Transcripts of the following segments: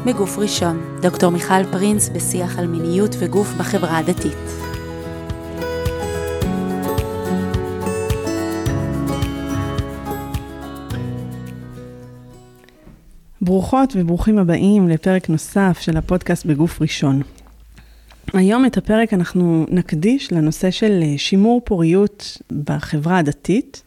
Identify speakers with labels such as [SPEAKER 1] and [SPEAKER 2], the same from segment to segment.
[SPEAKER 1] בגוף ראשון, דוקטור מיכל פרינס בשיח על מיניות וגוף בחברה הדתית.
[SPEAKER 2] ברוכות וברוכים הבאים לפרק נוסף של הפודקאסט בגוף ראשון. היום את הפרק אנחנו נקדיש לנושא של שימור פוריות בחברה הדתית.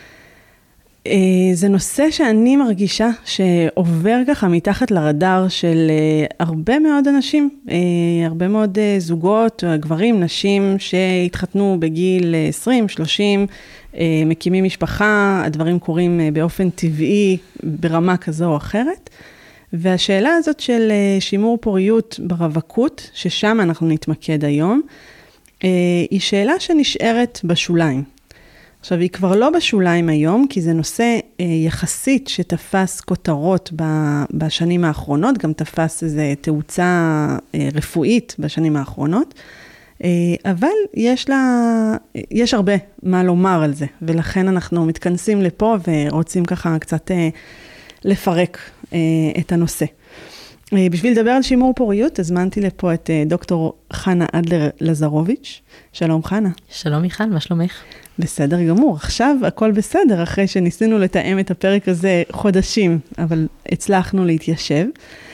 [SPEAKER 2] זה נושא שאני מרגישה שעובר ככה מתחת לרדאר של הרבה מאוד אנשים, הרבה מאוד זוגות, גברים, נשים שהתחתנו בגיל 20, 30, מקימים משפחה, הדברים קורים באופן טבעי ברמה כזו או אחרת. והשאלה הזאת של שימור פוריות ברווקות, ששם אנחנו נתמקד היום, היא שאלה שנשארת בשוליים. עכשיו, היא כבר לא בשוליים היום, כי זה נושא יחסית שתפס כותרות בשנים האחרונות, גם תפס איזו תאוצה רפואית בשנים האחרונות, אבל יש הרבה מה לומר על זה, ולכן אנחנו מתכנסים לפה ורוצים ככה קצת לפרק את הנושא. בשביל לדבר על שימור פוריות, הזמנתי לפה את דוקטור חנה אדלר לזרוביץ'. שלום חנה.
[SPEAKER 3] שלום מיכל, מה שלומך?
[SPEAKER 2] בסדר גמור, עכשיו הכל בסדר, אחרי שניסינו לתאם את הפרק הזה חודשים, אבל הצלחנו להתיישב.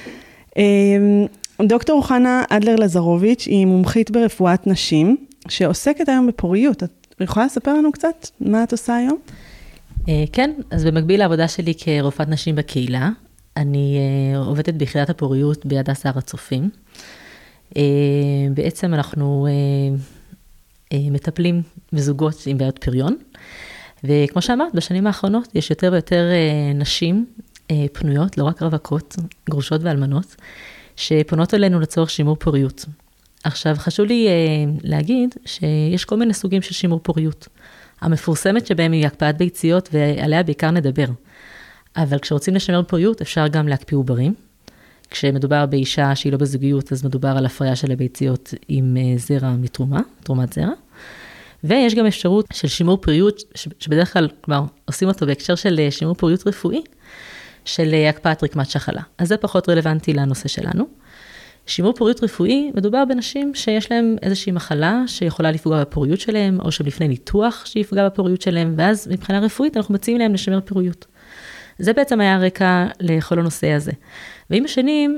[SPEAKER 2] דוקטור חנה אדלר לזרוביץ' היא מומחית ברפואת נשים, שעוסקת היום בפוריות. את יכולה לספר לנו קצת מה את עושה היום?
[SPEAKER 3] כן, אז במקביל לעבודה שלי כרופאת נשים בקהילה, אני עובדת ביחידת הפוריות בהדסה הר הצופים. בעצם אנחנו מטפלים בזוגות עם בעיות פריון, וכמו שאמרת, בשנים האחרונות יש יותר ויותר נשים פנויות, לא רק רווקות, גרושות ואלמנות, שפונות אלינו לצורך שימור פוריות. עכשיו, חשוב לי להגיד שיש כל מיני סוגים של שימור פוריות. המפורסמת שבהם היא הקפאת ביציות, ועליה בעיקר נדבר. אבל כשרוצים לשמר פוריות, אפשר גם להקפיא עוברים. כשמדובר באישה שהיא לא בזוגיות, אז מדובר על הפריה של הביציות עם זרע מתרומה, תרומת זרע. ויש גם אפשרות של שימור פוריות, שבדרך כלל כבר עושים אותו בהקשר של שימור פוריות רפואי, של הקפאת רקמת שחלה. אז זה פחות רלוונטי לנושא שלנו. שימור פוריות רפואי מדובר בנשים שיש להם איזושהי מחלה שיכולה לפגוע בפוריות שלהם, או שלפני ניתוח שיפגע בפוריות שלהם, ואז מבחינה רפואית אנחנו מציעים להם לשמר פוריות. זה בעצם היה הרקע לכל הנושא הזה. ועם השנים...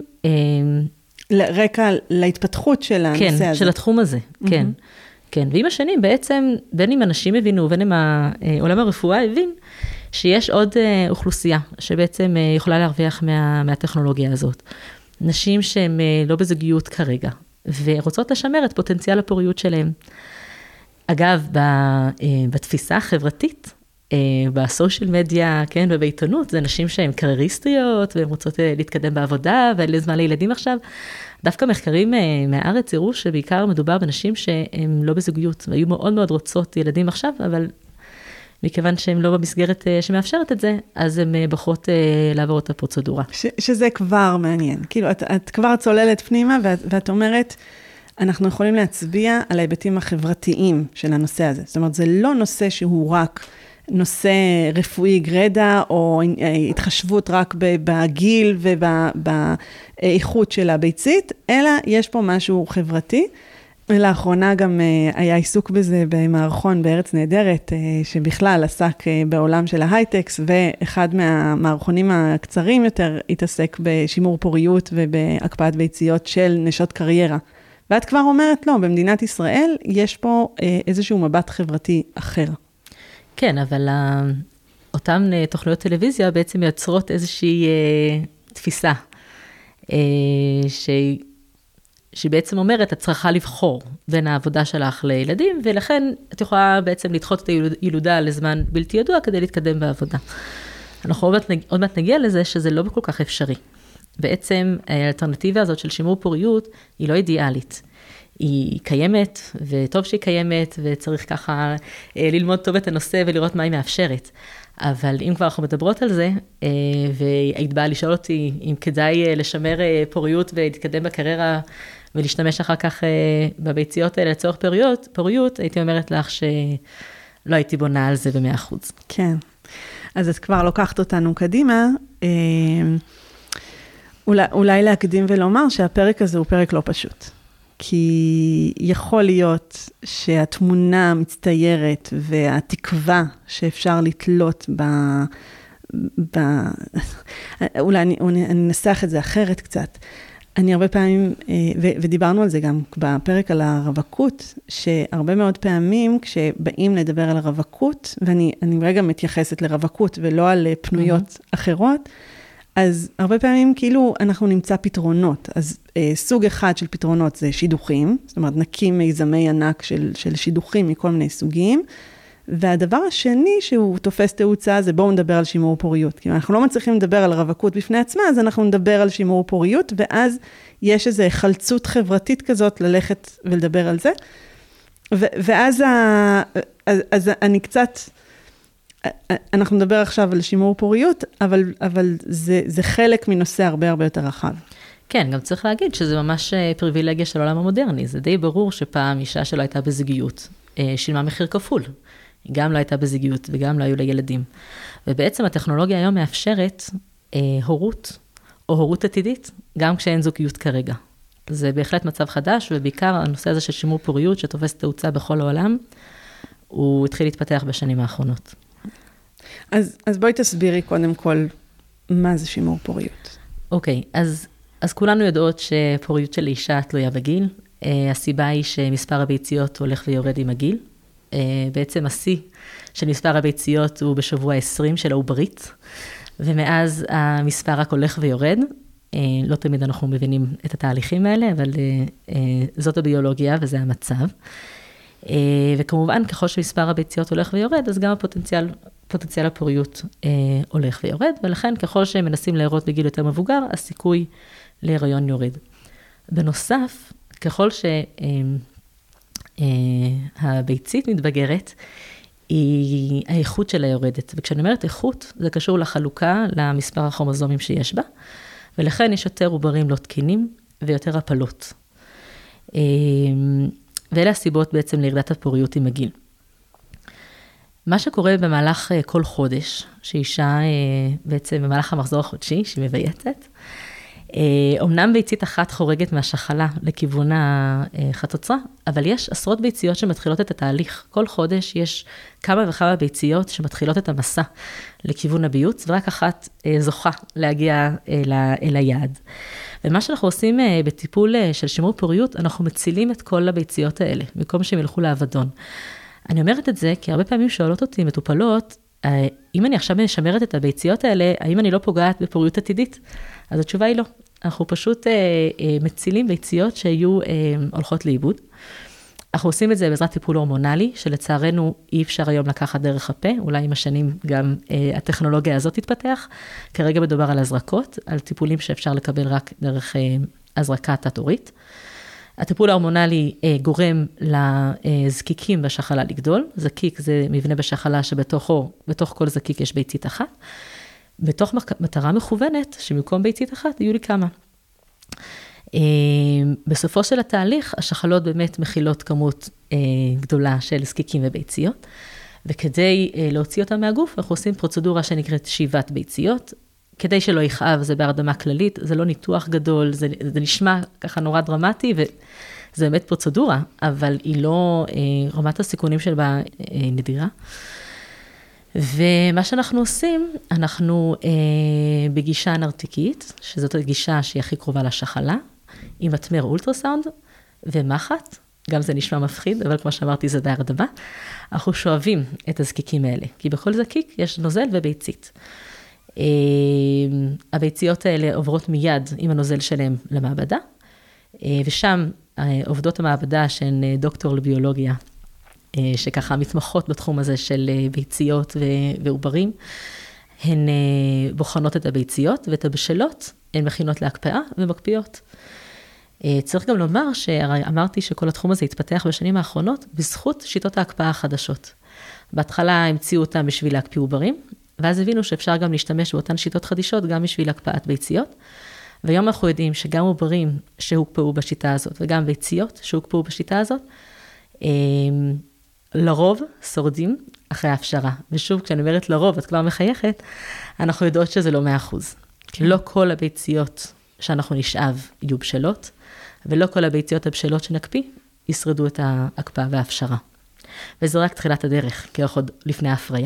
[SPEAKER 2] רקע להתפתחות של הנושא הזה.
[SPEAKER 3] כן, של התחום הזה, כן. כן, ועם השנים בעצם, בין אם אנשים הבינו, בין אם העולם הרפואה הבין, שיש עוד אוכלוסייה שבעצם יכולה להרוויח מהטכנולוגיה הזאת. נשים שהן לא בזוגיות כרגע, ורוצות לשמר את פוטנציאל הפוריות שלהן. אגב, בתפיסה החברתית, בסושיאל מדיה, כן, ובעיתונות, זה נשים שהן קרייריסטיות, והן רוצות להתקדם בעבודה, ולזמן לילדים עכשיו. דווקא מחקרים מהארץ הראו שבעיקר מדובר בנשים שהן לא בזוגיות, והיו מאוד מאוד רוצות ילדים עכשיו, אבל מכיוון שהן לא במסגרת שמאפשרת את זה, אז הן בוחרות לעבור את הפרוצדורה.
[SPEAKER 2] שזה כבר מעניין. כאילו, את כבר צוללת פנימה, ואת אומרת, אנחנו יכולים להצביע על ההיבטים החברתיים של הנושא הזה. זאת אומרת, זה לא נושא שהוא רק נושא רפואי גרדה, או התחשבות רק בגיל ובאיכות של הביצית, אלא יש פה משהו חברתי. לאחרונה גם היה עיסוק בזה במערכון בארץ נהדרת, שבכלל עסק בעולם של ההייטקס, ואחד מהמערכונים הקצרים יותר התעסק בשימור פוריות ובהקפאת ביציות של נשות קריירה. ואת כבר אומרת, לא, במדינת ישראל יש פה איזשהו מבט חברתי אחר.
[SPEAKER 3] כן, אבל אותן תוכניות טלוויזיה בעצם מייצרות איזושהי תפיסה, שבעצם אומרת, את צריכה לבחור בין העבודה שלך לילדים, ולכן את יכולה בעצם לדחות את הילודה לזמן בלתי ידוע, כדי להתקדם בעבודה. אנחנו עוד מעט נגיע לזה, שזה לא כל כך אפשרי. בעצם האלטרנטיבה הזאת של שימור פוריות, היא לא אידיאלית. היא קיימת, וטוב שהיא קיימת, וצריך ככה ללמוד טוב את הנושא, ולראות מה היא מאפשרת. אבל אם כבר אנחנו מדברות על זה, והיית באה לשאול אותי אם כדאי לשמר פוריות ולהתקדם בקריירה, ולהשתמש אחר כך בביציות האלה לצורך פוריות, הייתי אומרת לך שלא הייתי בונה על זה ב100%.
[SPEAKER 2] כן. אז את כבר לוקחת אותנו קדימה. אולי להקדים ולומר שהפרק הזה הוא פרק לא פשוט. כי יכול להיות שהתמונה המצטיירת והתקווה שאפשר לתלות אולי אני אנסח את זה אחרת קצת. אני הרבה פעמים, ודיברנו על זה גם בפרק על הרווקות, שהרבה מאוד פעמים כשבאים לדבר על הרווקות, ואני רגע מתייחסת לרווקות ולא על פנויות אחרות, אז הרבה פעמים כאילו אנחנו נמצא פתרונות. אז סוג אחד של פתרונות זה שידוכים, זאת אומרת נקים מיזמי ענק של שידוכים מכל מיני סוגים, והדבר השני שהוא תופס תאוצה זה בואו נדבר על שימור פוריות. כי אנחנו לא מצליחים לדבר על רווקות בפני עצמה, אז אנחנו נדבר על שימור פוריות, ואז יש איזו חלצות חברתית כזאת ללכת ולדבר על זה. ואז אז אני קצת, אנחנו נדבר עכשיו על שימור פוריות, אבל זה חלק מנושא הרבה הרבה יותר רחב.
[SPEAKER 3] כן, גם צריך להגיד שזה ממש פריבילגיה של העולם המודרני. זה די ברור שפעם אישה שלא הייתה בזוגיות, שילמה מחיר כפול. היא גם לא הייתה בזוגיות וגם לא היו לה ילדים. ובעצם הטכנולוגיה היום מאפשרת הורות או הורות עתידית, גם כשאין זוגיות כרגע. זה בהחלט מצב חדש, ובעיקר הנושא הזה של שימור פוריות שתופס תאוצה בכל העולם, הוא התחיל להתפתח בשנים האחרונות.
[SPEAKER 2] אז בואי תסבירי קודם כל מה זה שימור פוריות.
[SPEAKER 3] אוקיי, אז כולנו יודעות שפוריות של אישה תלויה בגיל. הסיבה היא שמספר הביציות הולך ויורד עם הגיל. בעצם השיא של מספר הביציות הוא בשבוע 20 של העוברית, ומאז המספר רק הולך ויורד. לא תמיד אנחנו מבינים את התהליכים האלה, אבל זאת הביולוגיה וזה המצב. וכמובן, ככל שמספר הביציות הולך ויורד, אז גם פוטנציאל הפוריות הולך ויורד, ולכן ככל שהם מנסים להיראות בגיל יותר מבוגר, הסיכוי להיריון יורד. בנוסף, ככל שהביצית מתבגרת, היא האיכות שלה יורדת. וכשאני אומרת איכות, זה קשור לחלוקה, למספר הכרומוזומים שיש בה, ולכן יש יותר עוברים לא תקינים ויותר הפלות. ואלה הסיבות בעצם לירידת הפוריות עם הגיל. מה שקורה במהלך כל חודש, שאישה בעצם במהלך המחזור החודשי, שהיא מבייצת, אמנם ביצית אחת חורגת מהשחלה לכיוון החצוצרה, אבל יש עשרות ביציות שמתחילות את התהליך. כל חודש יש כמה וכמה ביציות שמתחילות את המסע לכיוון הביוץ, ורק אחת זוכה להגיע אל היעד. ומה שאנחנו עושים בטיפול של שימור פוריות, אנחנו מצילים את כל הביציות האלה, במקום שהם ילכו לאבדון. אני אומרת את זה כי הרבה פעמים שואלות אותי מטופלות, אם אני עכשיו משמרת את הביציות האלה, האם אני לא פוגעת בפוריות עתידית? אז התשובה היא לא. אנחנו פשוט מצילים ביציות שהיו הולכות לאיבוד. אנחנו עושים את זה בעזרת טיפול הורמונלי, שלצערנו אי אפשר היום לקחת דרך הפה, אולי עם השנים גם הטכנולוגיה הזאת תתפתח. כרגע מדובר על הזרקות, על טיפולים שאפשר לקבל רק דרך הזרקה תת-עורית. הטיפול ההורמונלי גורם לזקיקים בשחלה לגדול. זקיק זה מבנה בשחלה שבתוך כל זקיק יש ביצית אחת. בתוך מטרה מכוונת, שמקום ביצית אחת, יהיו לי כמה. בסופו של התהליך, השחלות באמת מכילות כמות גדולה של זקיקים וביציות, וכדי להוציא אותם מהגוף, אנחנו עושים פרוצדורה שנקראת שאיבת ביציות, כדי שלא יכאב, זה בהרדמה כללית, זה לא ניתוח גדול, זה נשמע ככה נורא דרמטי, וזה באמת פרוצדורה, אבל היא לא, רמת הסיכונים שלה נדירה. ומה שאנחנו עושים, אנחנו בגישה נרתיקית, שזאת הגישה שהיא הכי קרובה לשחלה, עם מטמר אולטרסאונד ומחט, גם זה נשמע מפחיד, אבל כמו שאמרתי זה בהרדמה, אנחנו שואבים את הזקיקים האלה, כי בכל זקיק יש נוזל וביצית. הביציות האלה עוברות מיד עם הנוזל שלהם למעבדה, ושם עובדות המעבדה שהן דוקטור לביולוגיה, שככה מתמחות בתחום הזה של ביציות ועוברים, הן בוחנות את הביציות, ואת הבשלות הן מכינות להקפאה ומקפיאות. צריך גם לומר שאמרתי שכל התחום הזה התפתח בשנים האחרונות, בזכות שיטות ההקפאה החדשות. בהתחלה המציאו אותם בשביל להקפיא עוברים, ואז הבינו שאפשר גם להשתמש באותן שיטות חדישות, גם בשביל הקפאת ביציות. והיום אנחנו יודעים שגם עוברים שהוקפאו בשיטה הזאת, וגם ביציות שהוקפאו בשיטה הזאת, לרוב שורדים אחרי ההפשרה. ושוב, כשאני אומרת לרוב, את כבר מחייכת, אנחנו יודעות שזה לא 100%. כן. לא כל הביציות שאנחנו נשאב יהיו בשלות, ולא כל הביציות הבשלות שנקפיא ישרדו את ההקפאה וההפשרה. וזה רק תחילת הדרך, כי עוד לפני ההפריה.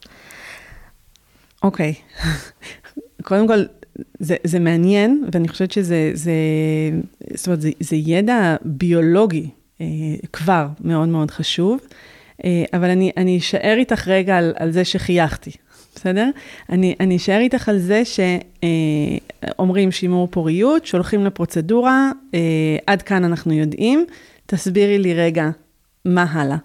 [SPEAKER 2] אוקיי. קודם כל, זה מעניין, ואני חושבת זאת אומרת, זה ידע ביולוגי כבר מאוד מאוד חשוב, אבל אני אשאר איתך רגע על זה שחייכתי, בסדר? אני אשאר איתך על זה שאומרים שימור פוריות, שולחים לפרוצדורה, עד כאן אנחנו יודעים, תסבירי לי רגע מה הלאה,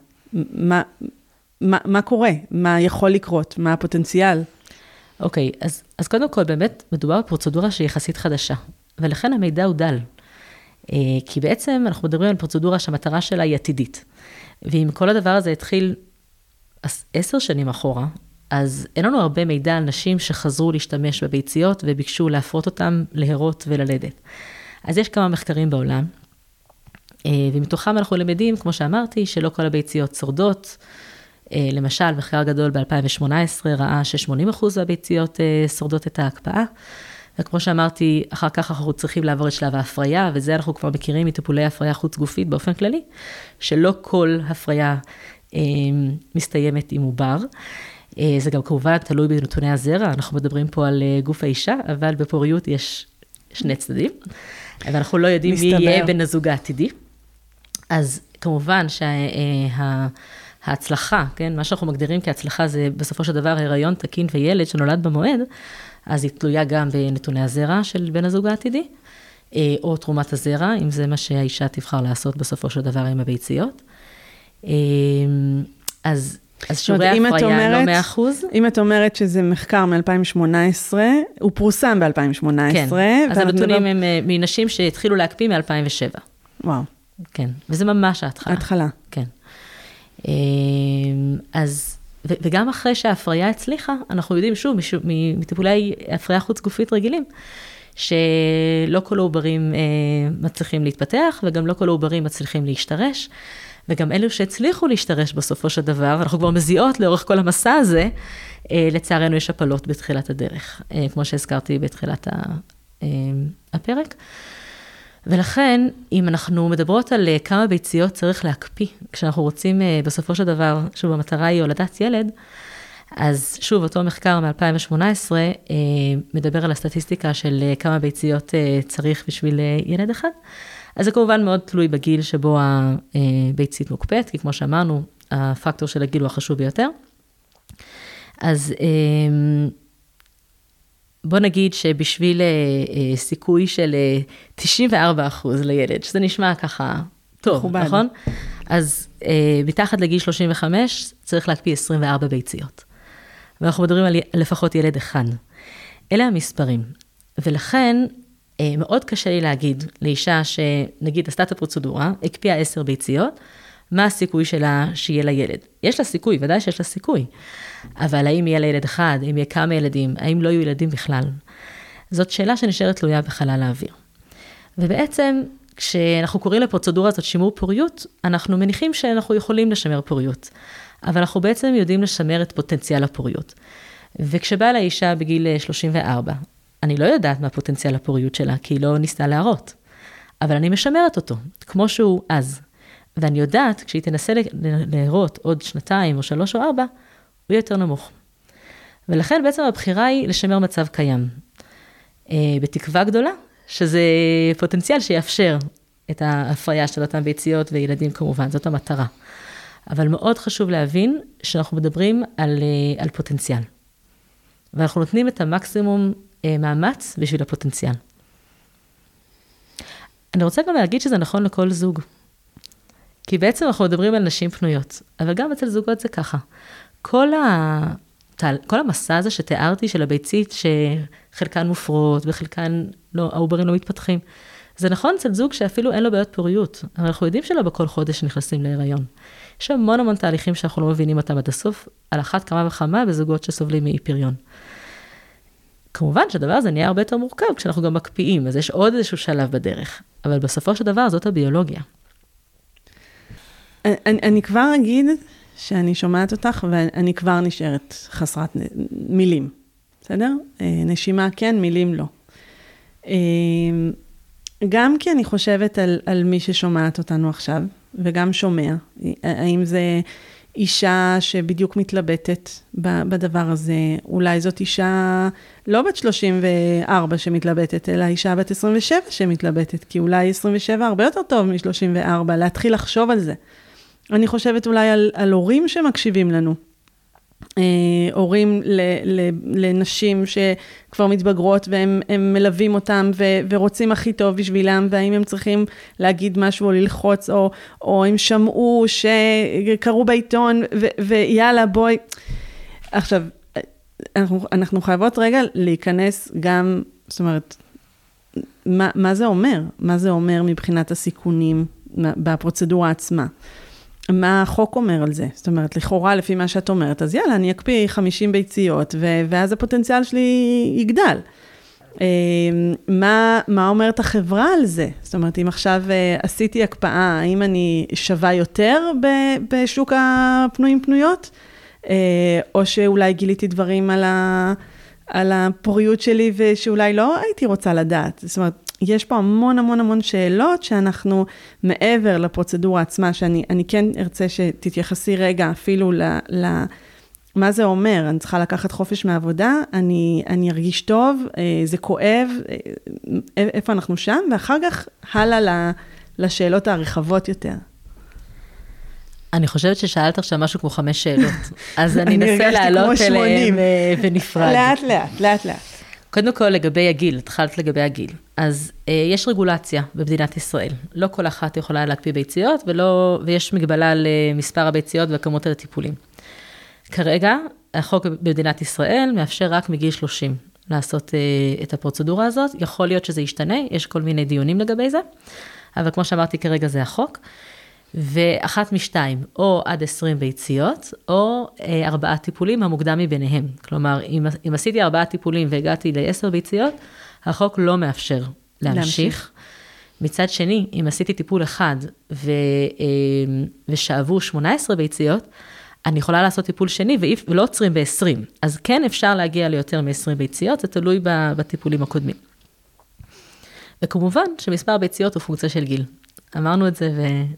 [SPEAKER 2] מה קורה, מה יכול לקרות, מה הפוטנציאל.
[SPEAKER 3] אוקיי, אז קודם כל באמת מדובר בפרוצדורה שהיא יחסית חדשה, ולכן המידע הוא דל. כי בעצם אנחנו מדברים על פרוצדורה שהמטרה שלה היא עתידית. ואם כל הדבר הזה התחיל 10 שנים אחורה, אז אין לנו הרבה מידע על נשים שחזרו להשתמש בביציות וביקשו להפרות אותם להרות וללדת. אז יש כמה מחקרים בעולם, ומתוכם אנחנו למדים, כמו שאמרתי, שלא כל הביציות שורדות. למשל, מחקר גדול ב-2018 ראה ש80% מהביציות שורדות את ההקפאה, וכמו שאמרתי, אחר כך אנחנו צריכים לעבור את שלב ההפריה, וזה אנחנו כבר מכירים מטיפולי הפריה חוץ גופית באופן כללי, שלא כל הפריה מסתיימת עם עובר. זה גם כמובן תלוי בנתוני הזרע, אנחנו מדברים פה על גוף האישה, אבל בפוריות יש 2 צדדים, ואנחנו לא יודעים מי יהיה בן הזוג העתידי. אז כמובן ההצלחה, כן, מה שאנחנו מגדירים כהצלחה זה בסופו של דבר הריון תקין וילד שנולד במועד, אז היא תלויה גם בנתוני הזרע של בן הזוג העתידי, או תרומת הזרע, אם זה מה שהאישה תבחר לעשות בסופו של דבר עם הביציות. אז שיעורי ההפריה לא 100%.
[SPEAKER 2] אם את אומרת שזה מחקר מ-2018, הוא פורסם ב-2018.
[SPEAKER 3] כן, אז הנתונים הם מנשים שהתחילו להקפיא מ-2007.
[SPEAKER 2] וואו.
[SPEAKER 3] כן, וזה ממש ההתחלה.
[SPEAKER 2] ההתחלה.
[SPEAKER 3] כן. אז, וגם אחרי שההפריה הצליחה, אנחנו יודעים שוב, מטיפולי הפריה חוץ גופית רגילים, שלא כל העוברים מצליחים להתפתח, וגם לא כל העוברים מצליחים להשתרש, וגם אלו שהצליחו להשתרש בסופו של דבר, אנחנו כבר מזיעות לאורך כל המסע הזה, לצערנו יש הפלות בתחילת הדרך, כמו שהזכרתי בתחילת הפרק. ולכן, אם אנחנו מדברות על כמה ביציות צריך להקפיא, כשאנחנו רוצים בסופו של דבר, שוב, המטרה היא הולדת ילד, אז שוב, אותו מחקר מ-2018 מדבר על הסטטיסטיקה של כמה ביציות צריך בשביל ילד אחד. אז זה כמובן מאוד תלוי בגיל שבו הביצית מוקפאת, כי כמו שאמרנו, הפקטור של הגיל הוא החשוב ביותר. אז בוא נגיד שבשביל סיכוי של 94% לילד, שזה נשמע ככה טוב, נכון? אז מתחת לגיל 35 צריך להקפיא 24 ביציות. ואנחנו מדברים על לפחות ילד אחד. אלה המספרים. ולכן מאוד קשה לי להגיד לאישה שנגיד עשתה את הפרוצדורה, הקפיאה 10 ביציות, מה הסיכוי שלה שיהיה לה ילד? יש לה סיכוי, ודאי שיש לה סיכוי. אבל האם יהיה לה ילד אחד, האם יהיה כמה ילדים, האם לא יהיו ילדים בכלל? זאת שאלה שנשארת תלויה בחלל האוויר. ובעצם, כשאנחנו קוראים לפרוצדורה הזאת שימור פוריות, אנחנו מניחים שאנחנו יכולים לשמר פוריות. אבל אנחנו בעצם יודעים לשמר את פוטנציאל הפוריות. וכשבאה לאישה בגיל 34, אני לא יודעת מה פוטנציאל הפוריות שלה, כי היא לא ניסתה להראות. אבל אני משמרת אותו, כמו שהוא אז. ואני יודעת, כשהיא תנסה להראות עוד 2 או 3 או 4, הוא יהיה יותר נמוך. ולכן בעצם הבחירה היא לשמר מצב קיים. בתקווה גדולה, שזה פוטנציאל שיאפשר את ההפריה של אותם ביציות וילדים כמובן, זאת המטרה. אבל מאוד חשוב להבין שאנחנו מדברים על פוטנציאל. ואנחנו נותנים את המקסימום מאמץ בשביל הפוטנציאל. אני רוצה גם להגיד שזה נכון לכל זוג. כי בעצם אנחנו מדברים על נשים פנויות, אבל גם אצל זוגות זה ככה. כל המסע הזה שתיארתי של הביצית, שחלקן מופרות וחלקן העוברים לא מתפתחים, זה נכון אצל זוג שאפילו אין לו בעיות פוריות, אבל אנחנו יודעים שלא בכל חודש נכנסים להיריון. יש המון תהליכים שאנחנו לא מבינים אותם עד הסוף, על אחת כמה וכמה בזוגות שסובלים מאי פריון. כמובן שהדבר הזה נהיה הרבה יותר מורכב כשאנחנו גם מקפיאים, אז יש עוד איזשהו שלב בדרך, אבל בסופו של דבר זאת הביולוגיה.
[SPEAKER 2] אני כבר אגיד שאני שומעת אותך, ואני כבר נשארת חסרת מילים, בסדר? נשימה כן, מילים לא. גם כי אני חושבת על מי ששומעת אותנו עכשיו, וגם שומע. האם זה אישה שבדיוק מתלבטת בדבר הזה, אולי זאת אישה לא בת 34 שמתלבטת, אלא אישה בת 27 שמתלבטת, כי אולי 27 הרבה יותר טוב מ-34, להתחיל לחשוב על זה. אני חושבת אולי על הורים שמקשיבים לנו, הורים לנשים שכבר מתבגרות והם מלווים אותם ורוצים הכי טוב בשבילם, והאם הם צריכים להגיד משהו או ללחוץ, או הם שמעו שקראו בעיתון ויאללה בואי. עכשיו, אנחנו חייבות רגע להיכנס גם, זאת אומרת, מה זה אומר? מה זה אומר מבחינת הסיכונים בפרוצדורה עצמה? מה החוק אומר על זה? זאת אומרת, לכאורה לפי מה שאת אומרת, אז יאללה, אני אקפיא 50 ביציות, ואז הפוטנציאל שלי יגדל. מה אומרת החברה על זה? זאת אומרת, אם עכשיו עשיתי הקפאה, האם אני שווה יותר בשוק הפנויים-פנויות? או שאולי גיליתי דברים על הפוריות שלי, ושאולי לא הייתי רוצה לדעת. זאת אומרת, יש פה המון המון המון שאלות שאנחנו מעבר לפרוצדורה עצמה, שאני כן ארצה שתתייחסי רגע אפילו מה זה אומר, אני צריכה לקחת חופש מעבודה, אני ארגיש טוב, זה כואב, איפה אנחנו שם, ואחר כך הלאה לשאלות הרחבות יותר.
[SPEAKER 3] אני חושבת ששאלת עכשיו משהו כמו 5 שאלות, אז אני אנסה לעלות אליהם ונפרד.
[SPEAKER 2] לאט.
[SPEAKER 3] קודם כל, לגבי הגיל, התחלת לגבי הגיל. אז יש רגולציה במדינת ישראל. לא כל אחת יכולה להקפיא ביציות, ויש מגבלה למספר הביציות וכמות הטיפולים. כרגע, החוק במדינת ישראל מאפשר רק מגיל 30 לעשות את הפרוצדורה הזאת. יכול להיות שזה ישתנה, יש כל מיני דיונים לגבי זה, אבל כמו שאמרתי, כרגע זה החוק. ואחת משתיים, או עד 20 ביציות, או 4 טיפולים המוקדם מביניהם. כלומר, אם עשיתי 4 טיפולים והגעתי ל10 ביציות, החוק לא מאפשר להמשיך. מצד שני, אם עשיתי טיפול אחד ושאבו 18 ביציות, אני יכולה לעשות טיפול שני ולא עוצרים ב-20. אז כן אפשר להגיע ליותר מ-20 ביציות, זה תלוי בטיפולים הקודמים. וכמובן שמספר ביציות הוא פונקציה של גיל. אמרנו את זה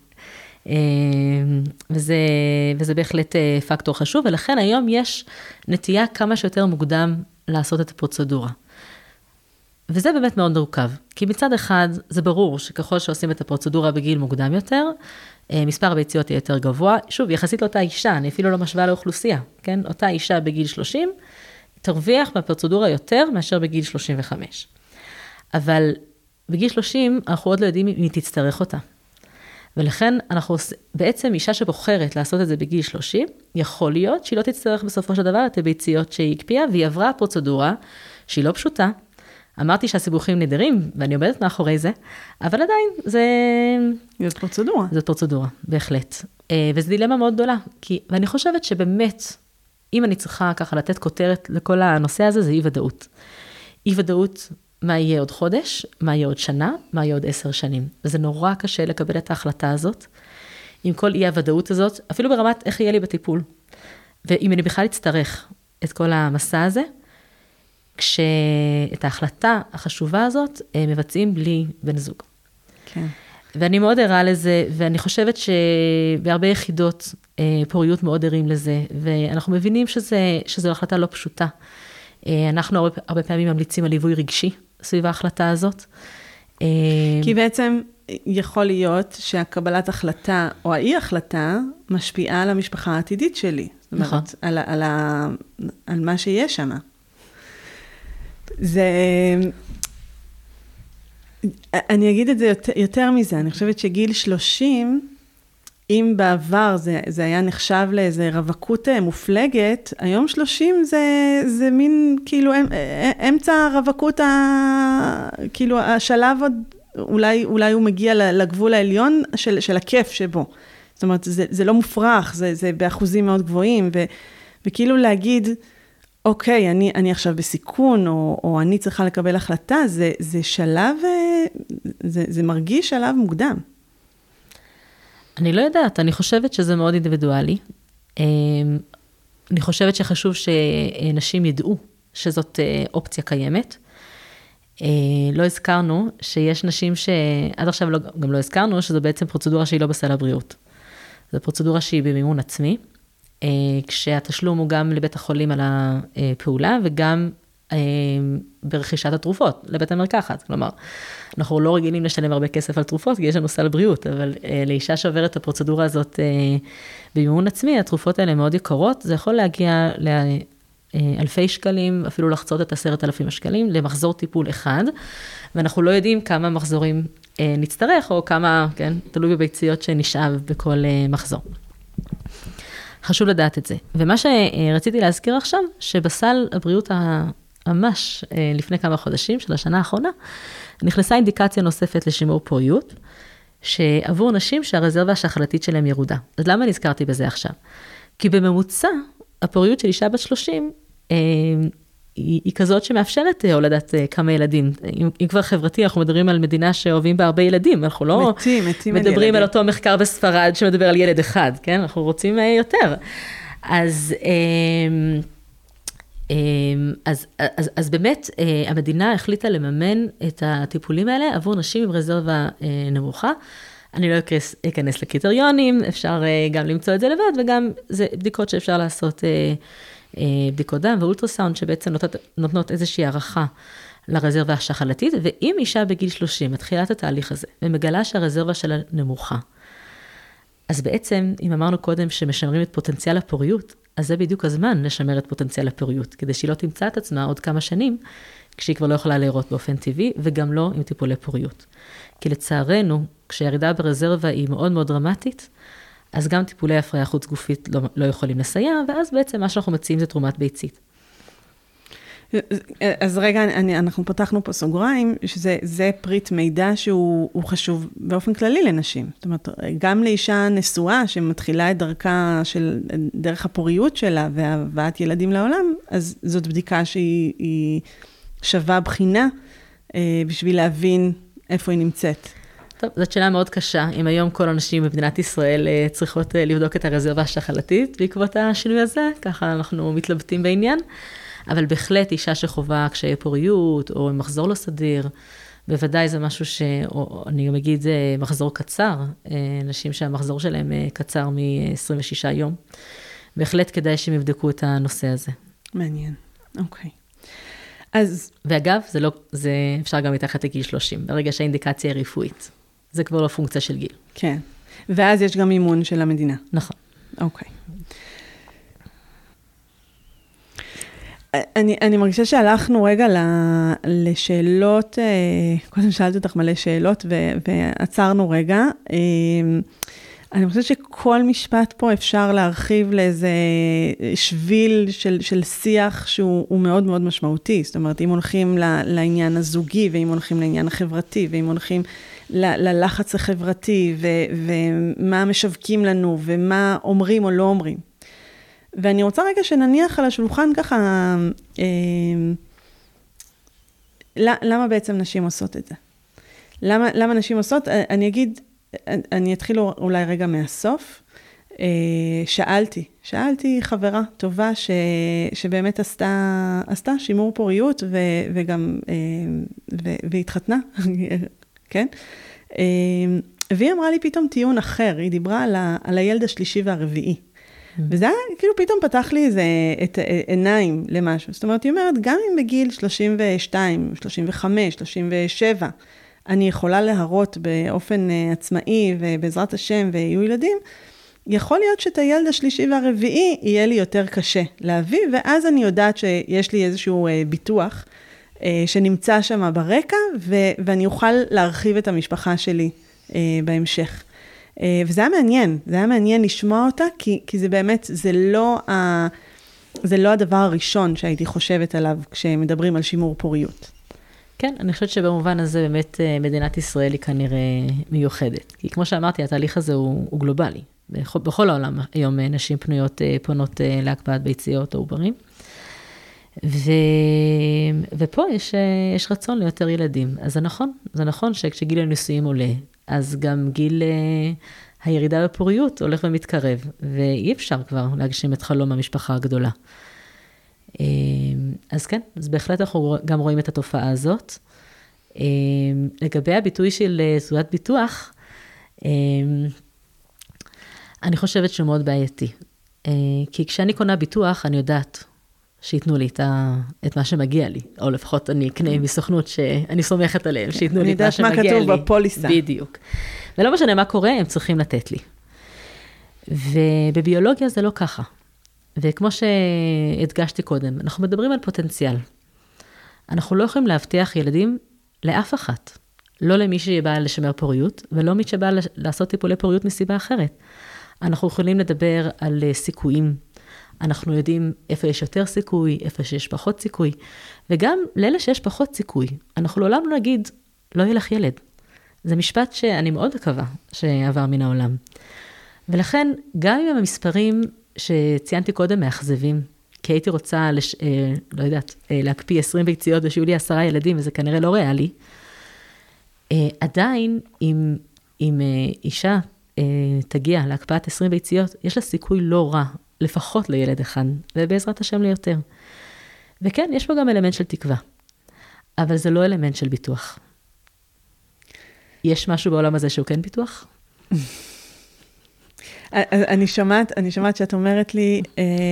[SPEAKER 3] וזה בהחלט פקטור חשוב, ולכן היום יש נטייה כמה שיותר מוקדם לעשות את הפרוצדורה. וזה באמת מאוד מורכב, כי מצד אחד זה ברור שככל שעושים את הפרוצדורה בגיל מוקדם יותר, מספר הביציות יהיה יותר גבוה, שוב, יחסית לאותה אישה, אני אפילו לא משווה לאוכלוסייה, כן? אותה אישה בגיל 30, תרוויח בפרוצדורה יותר מאשר בגיל 35. אבל בגיל 30 אנחנו עוד לא יודעים אם היא תצטרך אותה. ולכן אנחנו בעצם אישה שבוחרת לעשות את זה בגיל 30, יכול להיות שהיא לא תצטרך בסופו של דבר את הביציות שהיא הקפיאה, והיא עברה פרוצדורה שהיא לא פשוטה. אמרתי שהסיבוכים נדירים, ואני עומדת מאחורי זה, אבל עדיין
[SPEAKER 2] זאת פרוצדורה.
[SPEAKER 3] זאת פרוצדורה, בהחלט. וזו דילמה מאוד גדולה, ואני חושבת שבאמת, אם אני צריכה ככה לתת כותרת לכל הנושא הזה, זה אי-ודאות. אי-ודאות מה יהיה עוד חודש, מה יהיה עוד שנה, מה יהיה עוד 10 שנים. וזה נורא קשה לקבל את ההחלטה הזאת, עם כל אי-הוודאות הזאת, אפילו ברמת איך יהיה לי בטיפול. ואם אני בכלל אצטרך את כל המסע הזה, כשאת ההחלטה החשובה הזאת, מבצעים בלי בן זוג.
[SPEAKER 2] כן.
[SPEAKER 3] ואני מאוד ערה לזה, ואני חושבת שבהרבה יחידות פוריות מאוד ערים לזה, ואנחנו מבינים שזו החלטה לא פשוטה. אנחנו הרבה פעמים ממליצים על ליווי רגשי סביב ההחלטה הזאת.
[SPEAKER 2] כי בעצם יכול להיות שהקבלת החלטה או האי-החלטה משפיעה על המשפחה העתידית שלי. זאת אומרת,
[SPEAKER 3] נכון.
[SPEAKER 2] על מה שיש שם. אני אגיד את זה יותר מזה, אני חושבת שגיל 30, אם בעבר זה היה נחשב לאיזה רווקות מופלגת, היום 30 זה מין, כאילו, אמצע הרווקות, כאילו, השלב עוד, אולי הוא מגיע לגבול העליון של הכיף שבו. זאת אומרת, זה לא מופרך, זה באחוזים מאוד גבוהים, וכאילו להגיד, אוקיי, אני עכשיו בסיכון, או אני צריכה לקבל החלטה, זה שלב, זה מרגיש שלב מוקדם.
[SPEAKER 3] אני לא יודעת, אני חושבת שזה מאוד אינדיבידואלי. אני חושבת שחשוב שנשים ידעו שזאת אופציה קיימת. לא הזכרנו שיש נשים שעד עכשיו גם לא הזכרנו, שזו בעצם פרוצדורה שהיא לא בסל הבריאות. זו פרוצדורה שהיא במימון עצמי, כשהתשלום הוא גם לבית החולים על הפעולה, וגם ברכישת התרופות, לבית המרקחת. כלומר, אנחנו לא רגילים לשלם הרבה כסף על תרופות, כי יש לנו סל בריאות, אבל לאישה שעוברת את הפרוצדורה הזאת במימון עצמי, התרופות האלה מאוד יקרות, זה יכול להגיע לאלפי שקלים, אפילו לחצות את 10,000 שקלים, למחזור טיפול אחד, ואנחנו לא יודעים כמה מחזורים נצטרך, או כמה, כן, תלוי בביציות שנשאב בכל מחזור. חשוב לדעת את זה. ומה שרציתי להזכיר עכשיו, שבסל הבריאות ממש לפני כמה חודשים, של השנה האחרונה, נכנסה אינדיקציה נוספת לשימור פוריות, שעבור נשים שהרזרבה השחלתית שלהם ירודה. אז למה נזכרתי בזה עכשיו? כי בממוצע, הפוריות של אישה בת 30, היא כזאת שמאפשרת הולדת כמה ילדים. אם כבר חברתי, אנחנו מדברים על מדינה שאוהבים בה הרבה ילדים, אנחנו לא מדברים על אותו מחקר בספרד שמדבר על ילד אחד, כן? אנחנו רוצים יותר. אז באמת, המדינה החליטה לממן את הטיפולים האלה עבור נשים עם רזרבה נמוכה. אני לא אכנס לקריטריונים, אפשר גם למצוא את זה לבד, וגם זה בדיקות שאפשר לעשות בדיקות דם ואולטרסאונד, שבעצם נותנות איזושהי הערכה לרזרבה השחלתית, ואם אישה בגיל 30 מתחילה את התהליך הזה, ומגלה שהרזרבה שלה נמוכה, אז בעצם, אם אמרנו קודם שמשמרים את פוטנציאל הפוריות, אז זה בדיוק הזמן לשמר את פוטנציאל הפוריות, כדי שהיא לא תמצא את עצמה עוד כמה שנים, כשהיא כבר לא יכולה להיראות באופן טבעי, וגם לא עם טיפולי פוריות. כי לצערנו, כשהירידה ברזרבה היא מאוד מאוד דרמטית, אז גם טיפולי הפריה חוץ גופית לא יכולים לסייע, ואז בעצם מה שאנחנו מציעים זה תרומת ביצית.
[SPEAKER 2] אז רגע, אנחנו פתחנו פה סוגריים, שזה פריט מידע שהוא חשוב באופן כללי לנשים. זאת אומרת, גם לאישה נשואה שמתחילה את דרכה דרך הפוריות שלה והבאת ילדים לעולם, אז זאת בדיקה שהיא שווה בחינה בשביל להבין איפה היא נמצאת.
[SPEAKER 3] טוב, זאת שאלה מאוד קשה. אם היום כל הנשים במדינת ישראל צריכות לבדוק את הרזרבה השחלתית בעקבות השינוי הזה, ככה אנחנו מתלבטים בעניין. אבל בהחלט אישה שחובה קשיי פוריות, או מחזור לא סדיר, בוודאי זה משהו אני גם אגיד, זה מחזור קצר, נשים שהמחזור שלהם קצר מ-26 יום. בהחלט כדאי שהם יבדקו את הנושא הזה.
[SPEAKER 2] מעניין, אוקיי.
[SPEAKER 3] ואגב, זה אפשר גם מתחת לגיל 30, ברגע שהאינדיקציה היא רפואית. זה כבר לא פונקציה של גיל.
[SPEAKER 2] כן, ואז יש גם מימון של המדינה.
[SPEAKER 3] נכון.
[SPEAKER 2] אוקיי. אני מרגישה שהלכנו רגע לשאלות, קודם שאלתי אותך מלא שאלות ועצרנו רגע. אני חושבת שכל משפט פה אפשר להרחיב לאיזה שביל של שיח שהוא מאוד מאוד משמעותי. זאת אומרת, אם הולכים לעניין הזוגי, ואם הולכים לעניין החברתי, ואם הולכים ללחץ החברתי, ומה משווקים לנו, ומה אומרים או לא אומרים. ואני רוצה רגע שנניח על השולחן ככה, למה בעצם נשים עושות את זה? למה נשים עושות? אני אתחיל אולי רגע מהסוף. שאלתי חברה טובה שבאמת עשתה שימור פוריות וגם, והתחתנה, כן? והיא אמרה לי פתאום טיעון אחר, היא דיברה על הילד השלישי והרביעי. וזה כאילו פתאום פתח לי איזה את עיניים למשהו. זאת אומרת, היא אומרת, גם אם בגיל 32, 35, 37, אני יכולה להראות באופן עצמאי ובעזרת השם ויהיו ילדים, יכול להיות שאת הילד השלישי והרביעי יהיה לי יותר קשה להביא, ואז אני יודעת שיש לי איזשהו ביטוח שנמצא שם ברקע, ואני אוכל להרחיב את המשפחה שלי בהמשך. וזה היה מעניין לשמוע אותה, כי זה באמת, זה לא הדבר הראשון שהייתי חושבת עליו כשמדברים על שימור פוריות.
[SPEAKER 3] כן, אני חושבת שבמובן הזה באמת מדינת ישראל היא כנראה מיוחדת. כי כמו שאמרתי, התהליך הזה הוא גלובלי. בכל העולם היום נשים פונות להקפאת ביציות או עוברים. ופה יש רצון ליותר ילדים. אז זה נכון שכשגיל הנישואים עולה, אז גם גיל הירידה בפוריות הולך ומתקרב, ואי אפשר כבר להגשים את חלום המשפחה הגדולה. אז כן, אז בהחלט אנחנו גם רואים את התופעה הזאת, לגבי הביטוי של זוגת ביטוח, אני חושבת שהוא מאוד בעייתי. כי כשאני קונה ביטוח, אני יודעת שיתנו לי את מה שמגיע לי, או לפחות אני אקנה מסוכנות שאני סומכת עליהם, שיתנו לי את מה שמגיע לי.
[SPEAKER 2] אני יודעת מה כתוב בפוליסה.
[SPEAKER 3] בדיוק. ולא משנה מה קורה, הם צריכים לתת לי. ובביולוגיה זה לא ככה. וכמו שהדגשתי קודם, אנחנו מדברים על פוטנציאל. אנחנו לא יכולים להבטיח ילדים לאף אחת. לא למי שבא לשמר פוריות, ולא מי שבא לעשות טיפולי פוריות מסיבה אחרת. אנחנו יכולים לדבר על סיכויים. אנחנו יודעים איפה יש יותר סיכוי, איפה שיש פחות סיכוי. וגם לאלה שיש פחות סיכוי, אנחנו לעולם לא נגיד, לא יהיה לך ילד. זה משפט שאני מאוד מקווה שעבר מן העולם. ולכן, גם אם המספרים שציינתי קודם מאכזבים, כי הייתי רוצה, לא יודעת, להקפיא 20 ביציות ושיהיו לי 10 ילדים, וזה כנראה לא ריאלי, עדיין, אם אישה תגיע להקפאת 20 ביציות, יש לה סיכוי לא רע, לפחות לילד אחד, ובעזרת השם ליותר. וכן, יש פה גם אלמנט של תקווה, אבל זה לא אלמנט של ביטוח. יש משהו בעולם הזה שהוא כן ביטוח?
[SPEAKER 2] אני שומעת שאת אומרת לי,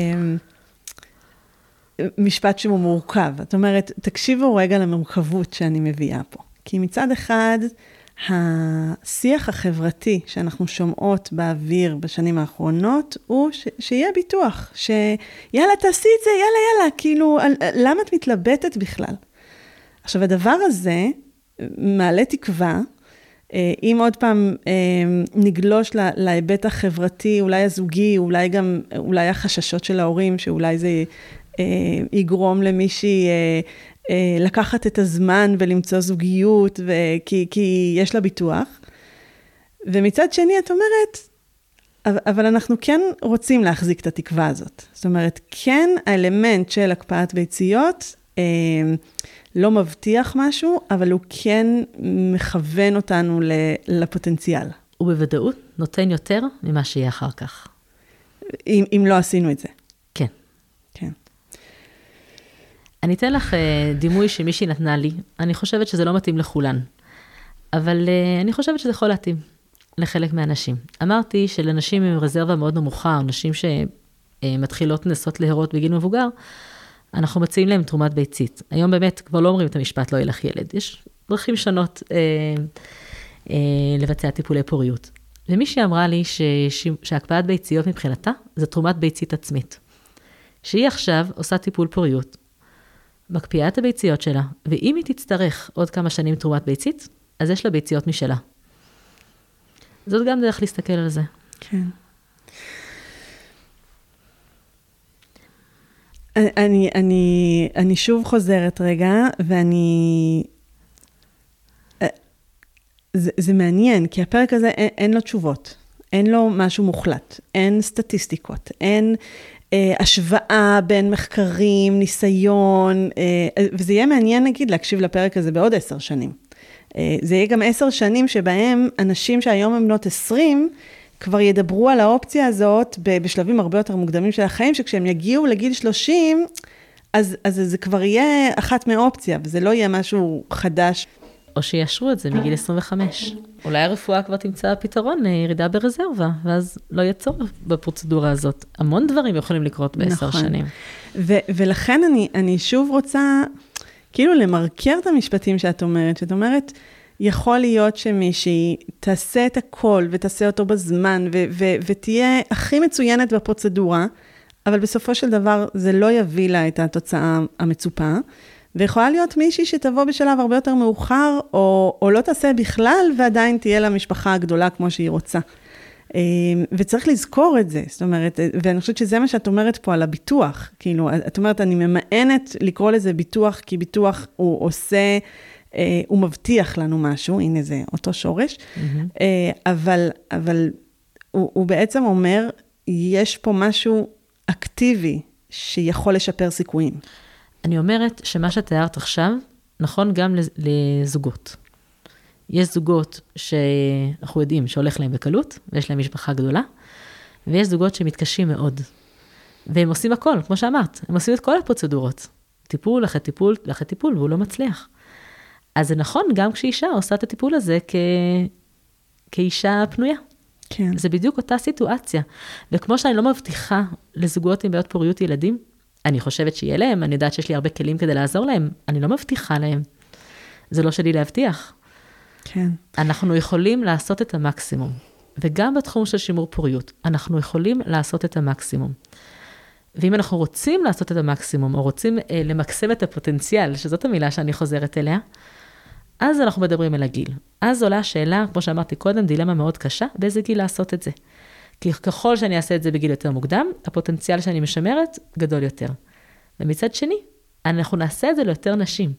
[SPEAKER 2] משפט שהוא מורכב. את אומרת, תקשיבו רגע למורכבות שאני מביאה פה. כי מצד אחד, השיח החברתי שאנחנו שומעות באוויר בשנים האחרונות, הוא שיהיה ביטוח, שיאללה תעשי את זה, יאללה, כאילו, למה את מתלבטת בכלל? עכשיו, הדבר הזה מעלה תקווה, אם עוד פעם נגלוש להיבט החברתי, אולי הזוגי, אולי החששות של ההורים, שאולי זה יגרום למישהי לקחת את הזמן ולמצוא זוגיות, כי יש לה ביטוח. ומצד שני את אומרת, אבל אנחנו כן רוצים להחזיק את התקווה הזאת. זאת אומרת, כן האלמנט של הקפאת ביציות לא מבטיח משהו, אבל הוא כן מכוון אותנו לפוטנציאל.
[SPEAKER 3] הוא בוודאות נותן יותר ממה שיהיה אחר כך.
[SPEAKER 2] אם לא עשינו את זה.
[SPEAKER 3] כן.
[SPEAKER 2] כן.
[SPEAKER 3] אני אתן לך דימוי שמישהי נתנה לי. אני חושבת שזה לא מתאים לכולן. אבל אני חושבת שזה יכול להתאים לחלק מהאנשים. אמרתי שלנשים עם רזרבה מאוד נמוכה, או נשים שמתחילות לנסות להרות בגיל מבוגר, אנחנו מציעים להם תרומת ביצית. היום באמת כבר לא אומרים את המשפט, לא יהיה לך ילד. יש דרכים שונות לבצע טיפולי פוריות. ומישהי אמרה לי שהקפאת ביציות מבחינתה, זה תרומת ביצית עצמית. שהיא עכשיו עושה טיפול פוריות, מקפיאה את הביציות שלה, ואם היא תצטרך עוד כמה שנים תרומת ביצית, אז יש לה ביציות משלה. זאת גם דרך להסתכל על זה.
[SPEAKER 2] כן. אני שוב חוזרת רגע, זה מעניין, כי הפרק הזה אין לו תשובות, אין לו משהו מוחלט, אין סטטיסטיקות, אין השוואה בין מחקרים, ניסיון, וזה יהיה מעניין נגיד להקשיב לפרק הזה בעוד 10 שנים. זה יהיה גם 10 שנים שבהם אנשים שהיום הם בנות 20, כבר ידברו על האופציה הזאת בשלבים הרבה יותר מוקדמים של החיים, שכשהם יגיעו לגיל 30, אז זה כבר יהיה אחת מאופציה, וזה לא יהיה משהו חדש.
[SPEAKER 3] או שישרו את זה מגיל 25. אולי הרפואה כבר תמצא פתרון, ירידה ברזרבה, ואז לא יהיה צורך בפרוצדורה הזאת. המון דברים יכולים לקרות ב10 שנים.
[SPEAKER 2] ולכן אני שוב רוצה, כאילו למרקר את המשפטים שאת אומרת, יכול להיות שמישהי תעשה את הכל, ותעשה אותו בזמן, ותהיה הכי מצוינת בפרוצדורה, אבל בסופו של דבר זה לא יביא לה את התוצאה המצופה, ויכולה להיות מישהי שתבוא בשלב הרבה יותר מאוחר, או לא תעשה בכלל, ועדיין תהיה לה משפחה גדולה כמו שהיא רוצה. וצריך לזכור את זה, זאת אומרת, ואני חושבת שזה מה שאת אומרת פה על הביטוח, כאילו, את אומרת, אני ממאנת לקרוא לזה ביטוח, כי ביטוח הוא עושה, הוא מבטיח לנו משהו, הנה זה אותו שורש, אבל הוא בעצם אומר, יש פה משהו אקטיבי, שיכול לשפר סיכויים.
[SPEAKER 3] אני אומרת שמה שתיארת עכשיו, נכון גם לזוגות. יש זוגות שאנחנו יודעים שהולך להם בקלות, ויש להם משפחה גדולה, ויש זוגות שמתקשים מאוד. והם עושים הכל, כמו שאמרת, הם עושים את כל הפרוצדורות. טיפול אחרי טיפול אחרי טיפול, והוא לא מצליח. אז זה נכון גם כשאישה עושה את הטיפול הזה כאישה פנויה.
[SPEAKER 2] כן.
[SPEAKER 3] זה בדיוק אותה סיטואציה. וכמו שאני לא מבטיחה לזוגות עם בעיות פוריות ילדים, אני חושבת שיהיה להם, אני יודעת שיש לי הרבה כלים כדי לעזור להם, אני לא מבטיחה להם. זה לא שלי להבטיח.
[SPEAKER 2] כן.
[SPEAKER 3] אנחנו יכולים לעשות את המקסימום. וגם בתחום של שימור פוריות, אנחנו יכולים לעשות את המקסימום. ואם אנחנו רוצים לעשות את המקסימום, או רוצים למקסם את הפוטנציאל, שזאת המילה שאני חוזרת אליה, אז אנחנו מדברים על הגיל. אז עולה השאלה, כמו שאמרתי קודם, דילמה מאוד קשה, באיזה גיל לעשות את זה. כי ככל שאני אעשה את זה בגיל יותר מוקדם, הפוטנציאל שאני משמרת גדול יותר. ומצד שני, אנחנו נעשה את זה ליותר נשים.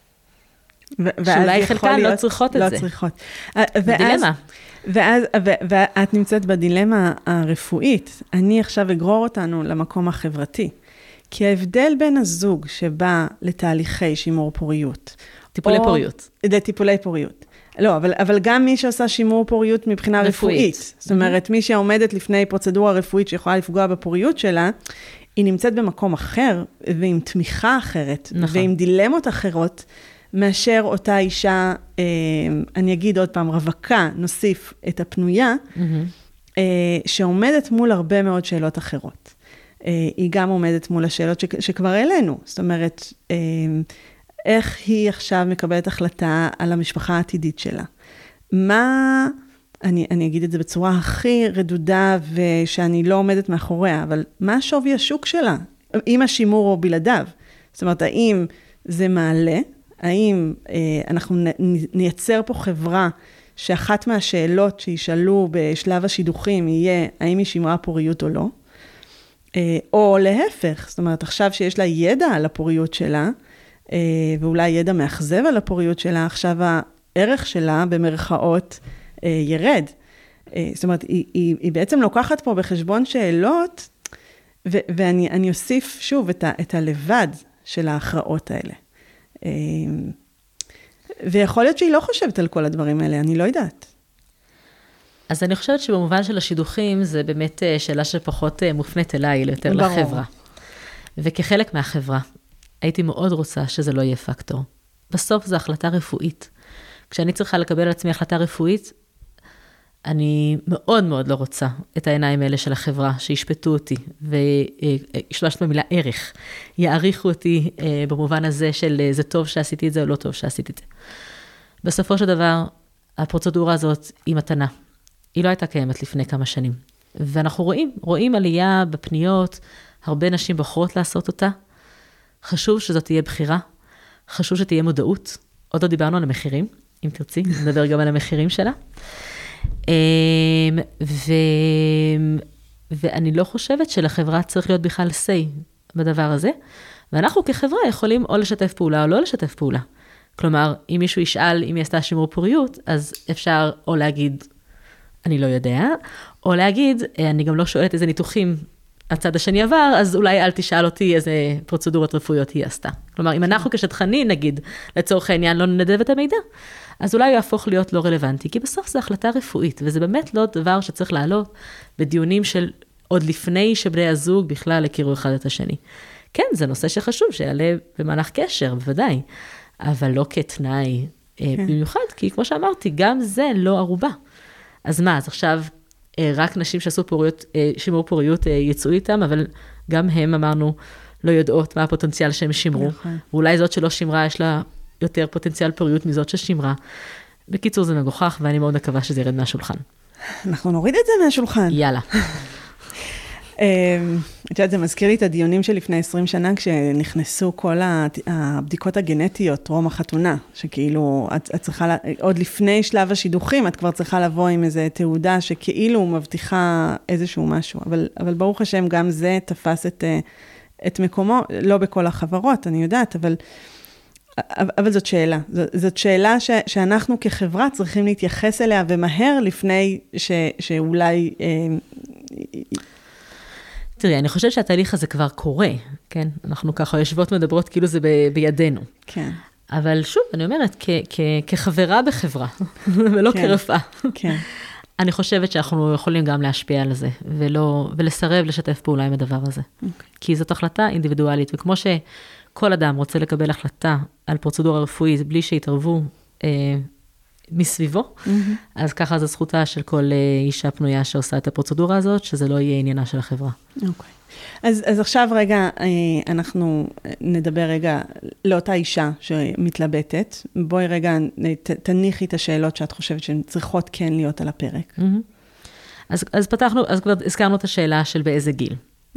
[SPEAKER 3] שאולי חלקן לא צריכות את זה.
[SPEAKER 2] לא צריכות.
[SPEAKER 3] זה דילמה.
[SPEAKER 2] ואת נמצאת בדילמה הרפואית. אני עכשיו אגרור אותנו למקום החברתי. כי ההבדל בין הזוג שבא לתהליכי שימור פוריות,
[SPEAKER 3] טיפולי פוריות.
[SPEAKER 2] לטיפולי פוריות. לא, אבל גם מי שעושה שימור פוריות מבחינה רפואית. זאת אומרת, מי שעומדת לפני פרוצדורה רפואית שיכולה לפגוע בפוריות שלה, היא נמצאת במקום אחר, ועם תמיכה אחרת, ועם דילמות אחרות, מאשר אותה אישה, אני אגיד עוד פעם, רווקה, נוסיף את הפנויה, שעומדת מול הרבה מאוד שאלות אחרות. היא גם עומדת מול השאלות שכבר אלינו. זאת אומרת, איך היא עכשיו מקבלת החלטה על המשפחה העתידית שלה? מה, אני אגיד את זה בצורה הכי רדודה ושאני לא עומדת מאחוריה, אבל מה שווי השוק שלה? עם השימור או בלעדיו? זאת אומרת, האם זה מעלה? האם אנחנו נייצר פה חברה שאחת מהשאלות שישאלו בשלב השידוכים יהיה האם היא שימרה פוריות או לא? או להפך, זאת אומרת, עכשיו שיש לה ידע על הפוריות שלה, ואולי ידע מאכזב על הפוריות שלה, עכשיו הערך שלה במרכאות ירד. זאת אומרת, היא בעצם לוקחת פה בחשבון שאלות, ואני אוסיף שוב את הלבד של ההכרעות האלה. ויכול להיות שהיא לא חושבת על כל הדברים האלה, אני לא יודעת.
[SPEAKER 3] אז אני חושבת שבמובן של השידוכים, זה באמת שאלה שפחות מופנית אליי, אלא יותר לחברה. וכחלק מהחברה, הייתי מאוד רוצה שזה לא יהיה פקטור. בסוף זו החלטה רפואית. כשאני צריכה לקבל על עצמי החלטה רפואית, אני מאוד מאוד לא רוצה את העיניים האלה של החברה, שישפטו אותי, וישלושת במילה ערך, יעריכו אותי במובן הזה של זה טוב שעשיתי את זה או לא טוב שעשיתי את זה. בסופו של דבר, הפרוצדורה הזאת היא מתנה. היא לא הייתה קיימת לפני כמה שנים. ואנחנו רואים עלייה בפניות, הרבה נשים בוחרות לעשות אותה. חשוב שזאת תהיה בחירה, חשוב שתהיה מודעות. עוד לא דיברנו על המחירים, אם תרצי, נדבר גם על המחירים שלה. ואני לא חושבת שלחברה צריך להיות בכלל say בדבר הזה, ואנחנו כחברה יכולים או לשתף פעולה או לא לשתף פעולה. כלומר, אם מישהו ישאל אם היא עשתה שימור פוריות, אז אפשר או להגיד, אני לא יודע, או להגיד, אני גם לא שואלת איזה ניתוחים הצד השני עבר, אז אולי אל תשאל אותי איזה פרוצדורות רפואיות היא עשתה. כלומר, אם אנחנו כשטחני, נגיד, לצורך העניין לא ננדב את המידע, אז אולי הוא יהפוך להיות לא רלוונטי, כי בסוף זו החלטה רפואית, וזה באמת לא דבר שצריך לעלות בדיונים של עוד לפני שבני הזוג בכלל הכירו אחד את השני. כן, זה נושא שחשוב, שיעלה במהלך קשר, בוודאי, אבל לא כתנאי במיוחד, כי כמו שאמרתי, גם זה לא ערובה. אז מה, אז עכשיו רק נשים שעשו שימור פוריות יצאו איתם, אבל גם הם אמרנו, לא יודעות מה הפוטנציאל שהם שימרו, ואולי זאת שלא שימרה, יש לה יותר פוטנציאל פוריות מזאת ששימרה. בקיצור, זה מגוחך, ואני מאוד מקווה שזה ירד מהשולחן.
[SPEAKER 2] אנחנו נוריד את זה מהשולחן.
[SPEAKER 3] יאללה.
[SPEAKER 2] את יודעת, זה מזכיר לי את הדיונים של לפני 20 שנה, כשנכנסו כל הבדיקות הגנטיות, טרום החתונה, שכאילו, את צריכה, עוד לפני שלב השידוכים, את כבר צריכה לבוא עם איזו תעודה, שכאילו מבטיחה איזשהו משהו, אבל ברוך השם, גם זה תפס את מקומו, לא בכל החברות, אני יודעת, אבל זאת שאלה. זאת שאלה שאנחנו כחברה צריכים להתייחס אליה, ומהר לפני שאולי
[SPEAKER 3] תראי, אני חושבת שהתהליך הזה כבר קורה, כן? אנחנו ככה יושבות מדברות כאילו זה בידינו.
[SPEAKER 2] כן.
[SPEAKER 3] אבל שוב, אני אומרת, כחברה בחברה, ולא כרפאה. כן. אני חושבת שאנחנו יכולים גם להשפיע על זה, ולסרב לשתף פעולה עם הדבר הזה. כי זאת החלטה אינדיבידואלית, וכמו כל אדם רוצה לקבל החלטה על פרוצדורה רפואית, בלי שיתערבו מסביבו, אז ככה זו זכותה של כל אישה פנויה שעושה את הפרוצדורה הזאת, שזה לא יהיה עניינה של החברה.
[SPEAKER 2] אוקיי. אז עכשיו רגע, אנחנו נדבר רגע לאותה אישה שמתלבטת. בואי רגע, תניחי את השאלות שאת חושבת שהן צריכות כן להיות על הפרק.
[SPEAKER 3] אז פתחנו, אז כבר הזכרנו את השאלה של באיזה גיל.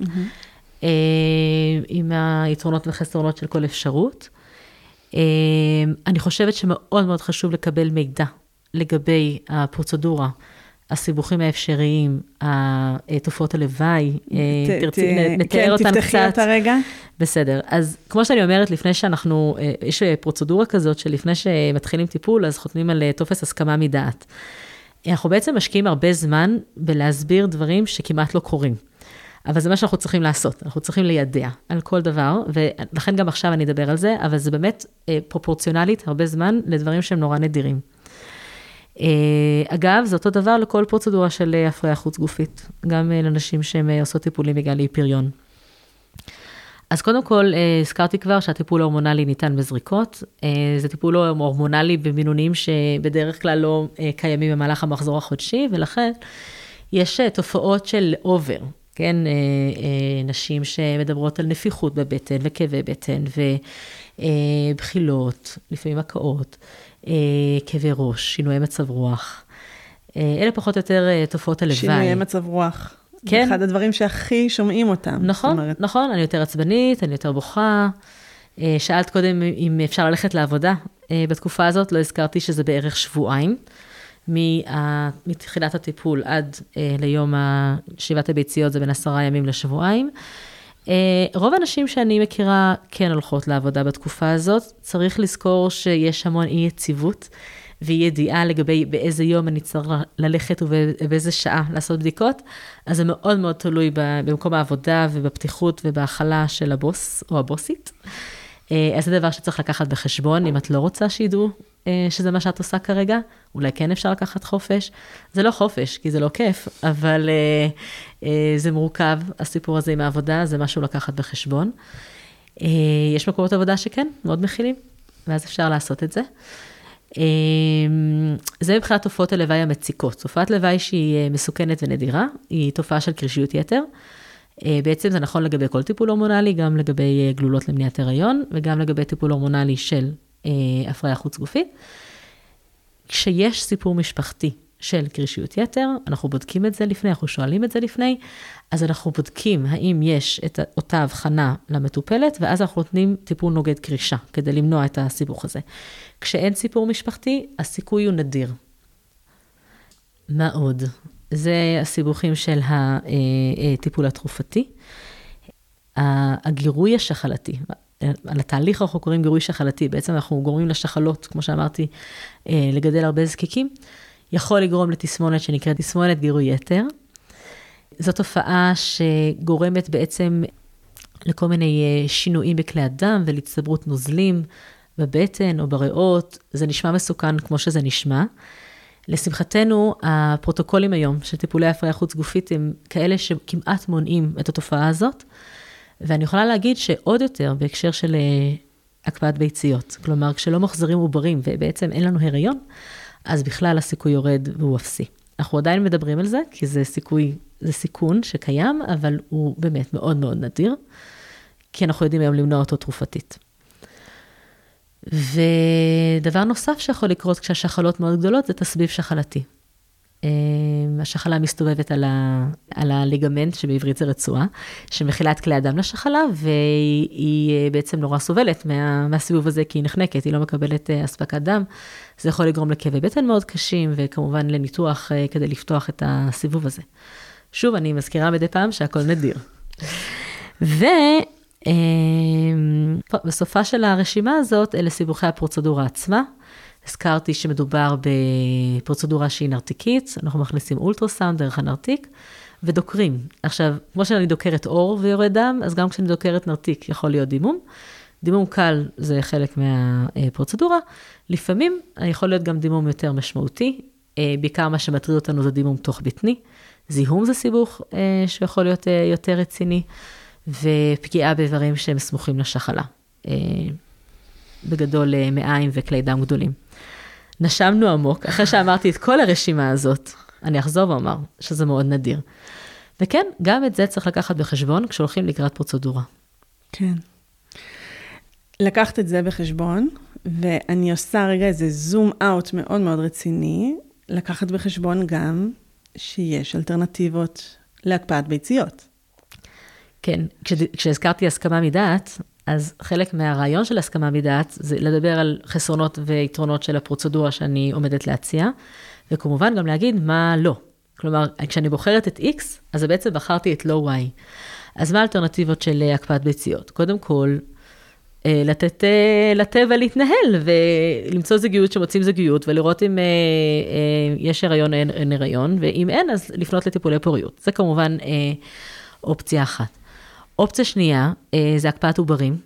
[SPEAKER 3] עם היתרונות וחסרונות של כל אפשרות. אני חושבת שמאוד מאוד חשוב לקבל מידע לגבי הפרוצדורה, הסיבוכים האפשריים, התופעות הלוואי, נתאר אותן קצת.
[SPEAKER 2] תפתחי אותה רגע.
[SPEAKER 3] בסדר. אז כמו שאני אומרת, לפני שאנחנו, יש פרוצדורה כזאת, שלפני שמתחילים טיפול, אז חותמים על טופס הסכמה מדעת. אנחנו בעצם משקיעים הרבה זמן בלהסביר דברים שכמעט לא קורים. אבל זה מה שאנחנו צריכים לעשות, אנחנו צריכים לידע על כל דבר, ולכן גם עכשיו אני אדבר על זה, אבל זה באמת פרופורציונלית הרבה זמן לדברים שהם נורא נדירים. אגב, זה אותו דבר לכל פרוצדורה של הפריה חוץ גופית, גם לנשים שהן עושות טיפולים בגלל אי פריון. אז קודם כל, הזכרתי כבר שהטיפול ההורמונלי ניתן בזריקות, זה טיפול הורמונלי במינונים שבדרך כלל לא קיימים במהלך המחזור החודשי, ולכן יש תופעות של אובר, כן, נשים שמדברות על נפיחות בבטן וכאבי בטן ובחילות, לפעמים הקאות, כאבי ראש, שינויי מצב רוח. אלה פחות או יותר תופעות הלוואי.
[SPEAKER 2] שינויי מצב רוח.
[SPEAKER 3] כן.
[SPEAKER 2] אחד הדברים שהכי שומעים אותם.
[SPEAKER 3] נכון, נכון, אני יותר עצבנית, אני יותר בוכה. שאלת קודם אם אפשר ללכת לעבודה. בתקופה הזאת לא הזכרתי שזה בערך שבועיים. מתחילת הטיפול עד ליום שבעת הביציות, זה בין 10 ימים לשבועיים. רוב האנשים שאני מכירה כן הולכות לעבודה בתקופה הזאת, צריך לזכור שיש המון אי יציבות, והיא ידיעה לגבי באיזה יום אני צריך ללכת ובאיזה שעה לעשות בדיקות, אז זה מאוד מאוד תלוי במקום העבודה ובפתיחות ובהכלה של הבוס או הבוסית. אז זה דבר שצריך לקחת בחשבון, אם את לא רוצה שידעו שזה מה שאת עושה כרגע, אולי כן אפשר לקחת חופש. זה לא חופש, כי זה לא כיף, אבל זה מורכב, הסיפור הזה עם העבודה, זה משהו לקחת בחשבון. יש מקומות עבודה שכן, מאוד מכילים, ואז אפשר לעשות את זה. זה מבחינת תופעות הלוואי המציקות. תופעת לוואי שהיא מסוכנת ונדירה, היא תופעה של קרישיות יתר. בעצם זה נכון לגבי כל טיפול הורמונלי, גם לגבי גלולות למניעת הריון, וגם לגבי טיפול הורמונלי של הפריה חוץ גופית. כשיש סיפור משפחתי של קרישיות יתר, אנחנו בודקים את זה לפני, אנחנו שואלים את זה לפני, אז אנחנו בודקים האם יש את אותה הבחנה למטופלת, ואז אנחנו נותנים טיפול נוגד קרישה, כדי למנוע את הסיבוך הזה. כשאין סיפור משפחתי, הסיכוי הוא נדיר. מה עוד? זה הסיבוכים של הטיפול התרופתי. הגירוי השחלתי, על התהליך אנחנו קוראים גירוי שחלתי, בעצם אנחנו גורמים לשחלות, כמו שאמרתי, לגדל הרבה זקיקים, יכול לגרום לתסמונת שנקראת תסמונת גירוי יתר. זו תופעה שגורמת בעצם לכל מיני שינויים בכלי הדם ולהצטברות נוזלים בבטן או בריאות. זה נשמע מסוכן כמו שזה נשמע. לשמחתנו, הפרוטוקולים היום של טיפולי הפריה חוץ גופית הם כאלה שכמעט מונעים את התופעה הזאת, ואני יכולה להגיד שעוד יותר בהקשר של הקפאת ביציות, כלומר כשלא מחזרים עוברים ובעצם אין לנו הריון, אז בכלל הסיכוי יורד והוא אפסי. אנחנו עדיין מדברים על זה, כי זה סיכון שקיים, אבל הוא באמת מאוד מאוד נדיר, כי אנחנו יודעים היום למנוע אותו תרופתית. ודבר נוסף שיכול לקרות כשהשחלות מאוד גדולות, זה תסביב שחלתי. השחלה מסתובבת על הליגמנט, שבעברית זה רצועה, שמכילה את כלי הדם לשחלה, והיא בעצם נורא סובלת מהסיבוב הזה, כי היא נחנקת, היא לא מקבלת אספקת דם. זה יכול לגרום לכאבי בטן מאוד קשים, וכמובן לניתוח כדי לפתוח את הסיבוב הזה. שוב, אני מזכירה מדי פעם שהכל נדיר. בסופה של הרשימה הזאת, אלה סיבוכי הפרוצדורה עצמה. הזכרתי שמדובר בפרוצדורה שהיא נרתיקית, אנחנו מכניסים אולטרסאונד דרך הנרתיק, ודוקרים. עכשיו, כמו שאני דוקרת אור ויורד דם, אז גם כשאני דוקרת נרתיק יכול להיות דימום. דימום קל זה חלק מהפרוצדורה. לפעמים יכול להיות גם דימום יותר משמעותי, בעיקר מה שמטריד אותנו זה דימום תוך בטני. זיהום זה סיבוך שיכול להיות יותר רציני, ופגיעה באיברים שהם סמוכים לשחלה. בגדול מעיים וכלי דם גדולים. נשמנו עמוק, אחרי שאמרתי את כל הרשימה הזאת, אני אחזור ואומר שזה מאוד נדיר. וכן, גם את זה צריך לקחת בחשבון כשהולכים לקראת פרוצדורה.
[SPEAKER 2] כן. לקחת את זה בחשבון, ואני עושה רגע איזה זום אאוט מאוד מאוד רציני, לקחת בחשבון גם שיש אלטרנטיבות להקפאת ביציות.
[SPEAKER 3] כן, כשהזכרתי הסכמה מדעת, אז חלק מהרעיון של הסכמה מדעת, זה לדבר על חסרונות ויתרונות של הפרוצדורה שאני עומדת להציע, וכמובן גם להגיד מה לא. כלומר, כשאני בוחרת את X, אז בעצם בחרתי את לא Y. אז מה האלטרנטיבות של הקפאת ביציות? קודם כל, לתת לטבע להתנהל, ולמצוא זוגיות שמוצאים זוגיות, ולראות אם יש הריון או אין הריון, ואם אין, אז לפנות לטיפולי פוריות. זה כמובן אופציה אחת. אופציה שנייה, זה הקפאת עוברים,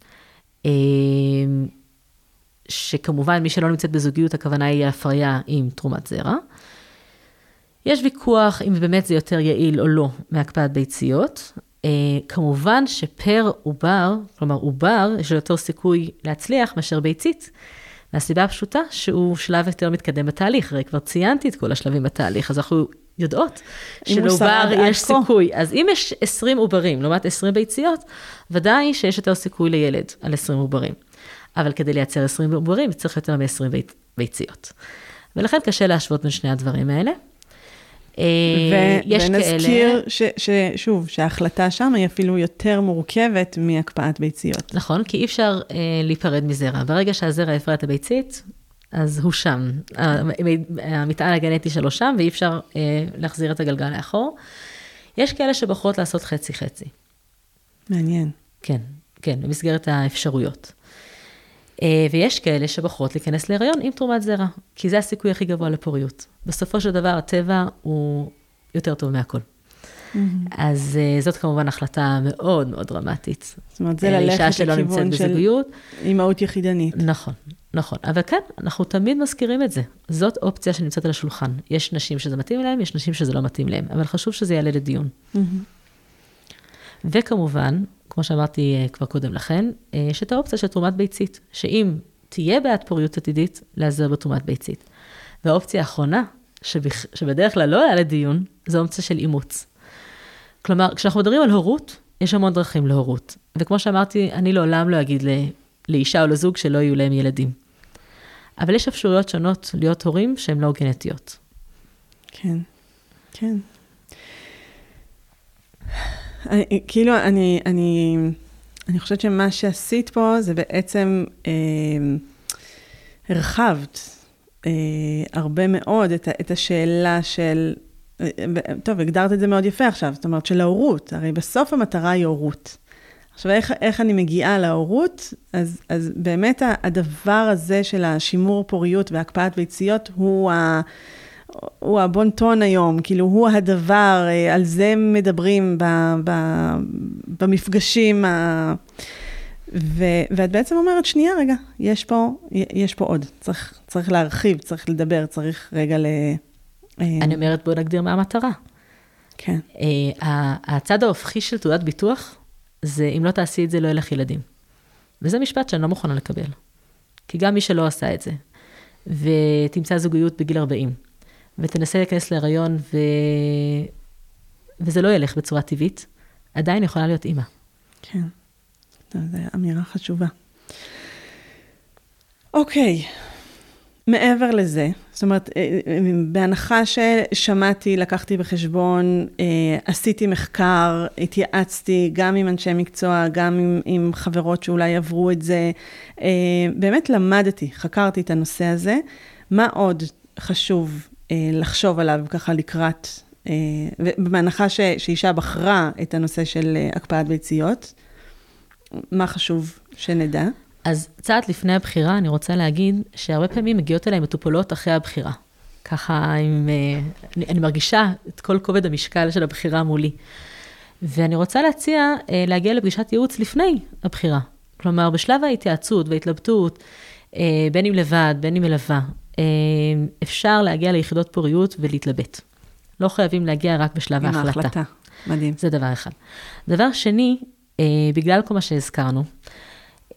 [SPEAKER 3] שכמובן מי שלא נמצאת בזוגיות, הכוונה היא הפריה עם תרומת זרע. יש ויכוח אם באמת זה יותר יעיל או לא מהקפאת ביציות. כמובן שפר עובר, כלומר עובר, יש לו יותר סיכוי להצליח מאשר ביצית, מהסיבה הפשוטה שהוא שלב יותר מתקדם בתהליך, הרי כבר ציינתי את כל השלבים בתהליך, אז אנחנו יודעות שלעובר יש סיכוי. אז אם יש 20 עוברים, לעומת 20 ביציות, ודאי שיש יותר סיכוי לילד על 20 עוברים. אבל כדי לייצר 20 עוברים, צריך יותר מ-20 ביציות. ולכן קשה להשוות בין שני הדברים האלה.
[SPEAKER 2] ונזכיר ששוב, שההחלטה שם היא אפילו יותר מורכבת מהקפאת ביציות.
[SPEAKER 3] נכון, כי אי אפשר להיפרד מזרע. ברגע שהזרע הפרע את הביצית, אז הוא שם. המטען הגנטי שלו שם, ואי אפשר להחזיר את הגלגל לאחור. יש כאלה שבוחרות לעשות חצי-חצי.
[SPEAKER 2] מעניין.
[SPEAKER 3] כן, כן, במסגרת האפשרויות. ויש כאלה שבוחרות להיכנס להיריון עם תרומת זרע, כי זה הסיכוי הכי גבוה לפוריות. בסופו של דבר, הטבע הוא יותר טוב מהכל. אז זאת כמובן החלטה מאוד מאוד דרמטית.
[SPEAKER 2] זאת אומרת, זה ללכת לכיוון של אימהות יחידנית.
[SPEAKER 3] נכון, נכון. אבל כן, אנחנו תמיד מזכירים את זה. זאת אופציה שנמצאת על השולחן. יש נשים שזה מתאים להם, יש נשים שזה לא מתאים להם, אבל חשוב שזה יעלה לדיון. וכמובן, כמו שאמרתי כבר קודם לכן, יש את האופציה של תרומת ביצית, שאם תהיה בעד פוריות עתידית, להיעזר בתרומת ביצית. והאופציה האחרונה, שבדרך כלל לא עלה לדיון, זו אופציה של אימוץ. כלומר, כשאנחנו מדברים על הורות, יש המון דרכים להורות. וכמו שאמרתי, אני לעולם לא אגיד לאישה או לזוג שלא יהיו להם ילדים. אבל יש אפשרויות שונות להיות הורים שהן לא גנטיות.
[SPEAKER 2] כן, כן. כאילו, אני חושבת שמה שעשית פה, זה בעצם הרחבת הרבה מאוד את השאלה של, טוב, הגדרת את זה מאוד יפה עכשיו, זאת אומרת של ההורות, הרי בסוף המטרה היא הורות. עכשיו, איך אני מגיעה להורות? אז באמת הדבר הזה של השימור פוריות והקפאת ביציות הוא הבונטון היום, כאילו הוא הדבר, על זה מדברים במפגשים, ואת בעצם אומרת, שנייה רגע, יש פה עוד, צריך להרחיב, צריך לדבר, צריך רגע
[SPEAKER 3] אני אומרת, בוא נגדיר מה המטרה.
[SPEAKER 2] כן.
[SPEAKER 3] הצד ההופכי של תעודת ביטוח, זה אם לא תעשי את זה, לא ילך ילדים. וזה משפט שאני לא מוכנה לקבל. כי גם מי שלא עשה את זה, ותמצא זוגיות בגיל 40, ותנסה להיכנס להיריון, וזה לא ילך בצורה טבעית, עדיין יכולה להיות אימא.
[SPEAKER 2] כן, זו אמירה חשובה. אוקיי, מעבר לזה, זאת אומרת, בהנחה ששמעתי, לקחתי בחשבון, עשיתי מחקר, התייעצתי גם עם אנשי מקצוע, גם עם חברות שאולי עברו את זה, באמת למדתי, חקרתי את הנושא הזה, מה עוד חשוב לחשוב עליו ככה לקראת, ובהנחה שאישה בחרה את הנושא של הקפאת ביציות, מה חשוב שנדע?
[SPEAKER 3] אז צעד לפני הבחירה, אני רוצה להגיד שהרבה פעמים מגיעות אליי מטופולות אחרי הבחירה. ככה, אני מרגישה את כל כובד המשקל של הבחירה מולי. ואני רוצה להציע להגיע לפגישת ייעוץ לפני הבחירה. כלומר, בשלב ההתייעצות וההתלבטות, בין אם לבד, בין אם מלווה, אפשר להגיע ליחידות פוריות ולהתלבט. לא חייבים להגיע רק בשלב ההחלטה.
[SPEAKER 2] עם ההחלטה, מדהים.
[SPEAKER 3] זה דבר אחד. דבר שני, בגלל כל מה שהזכרנו,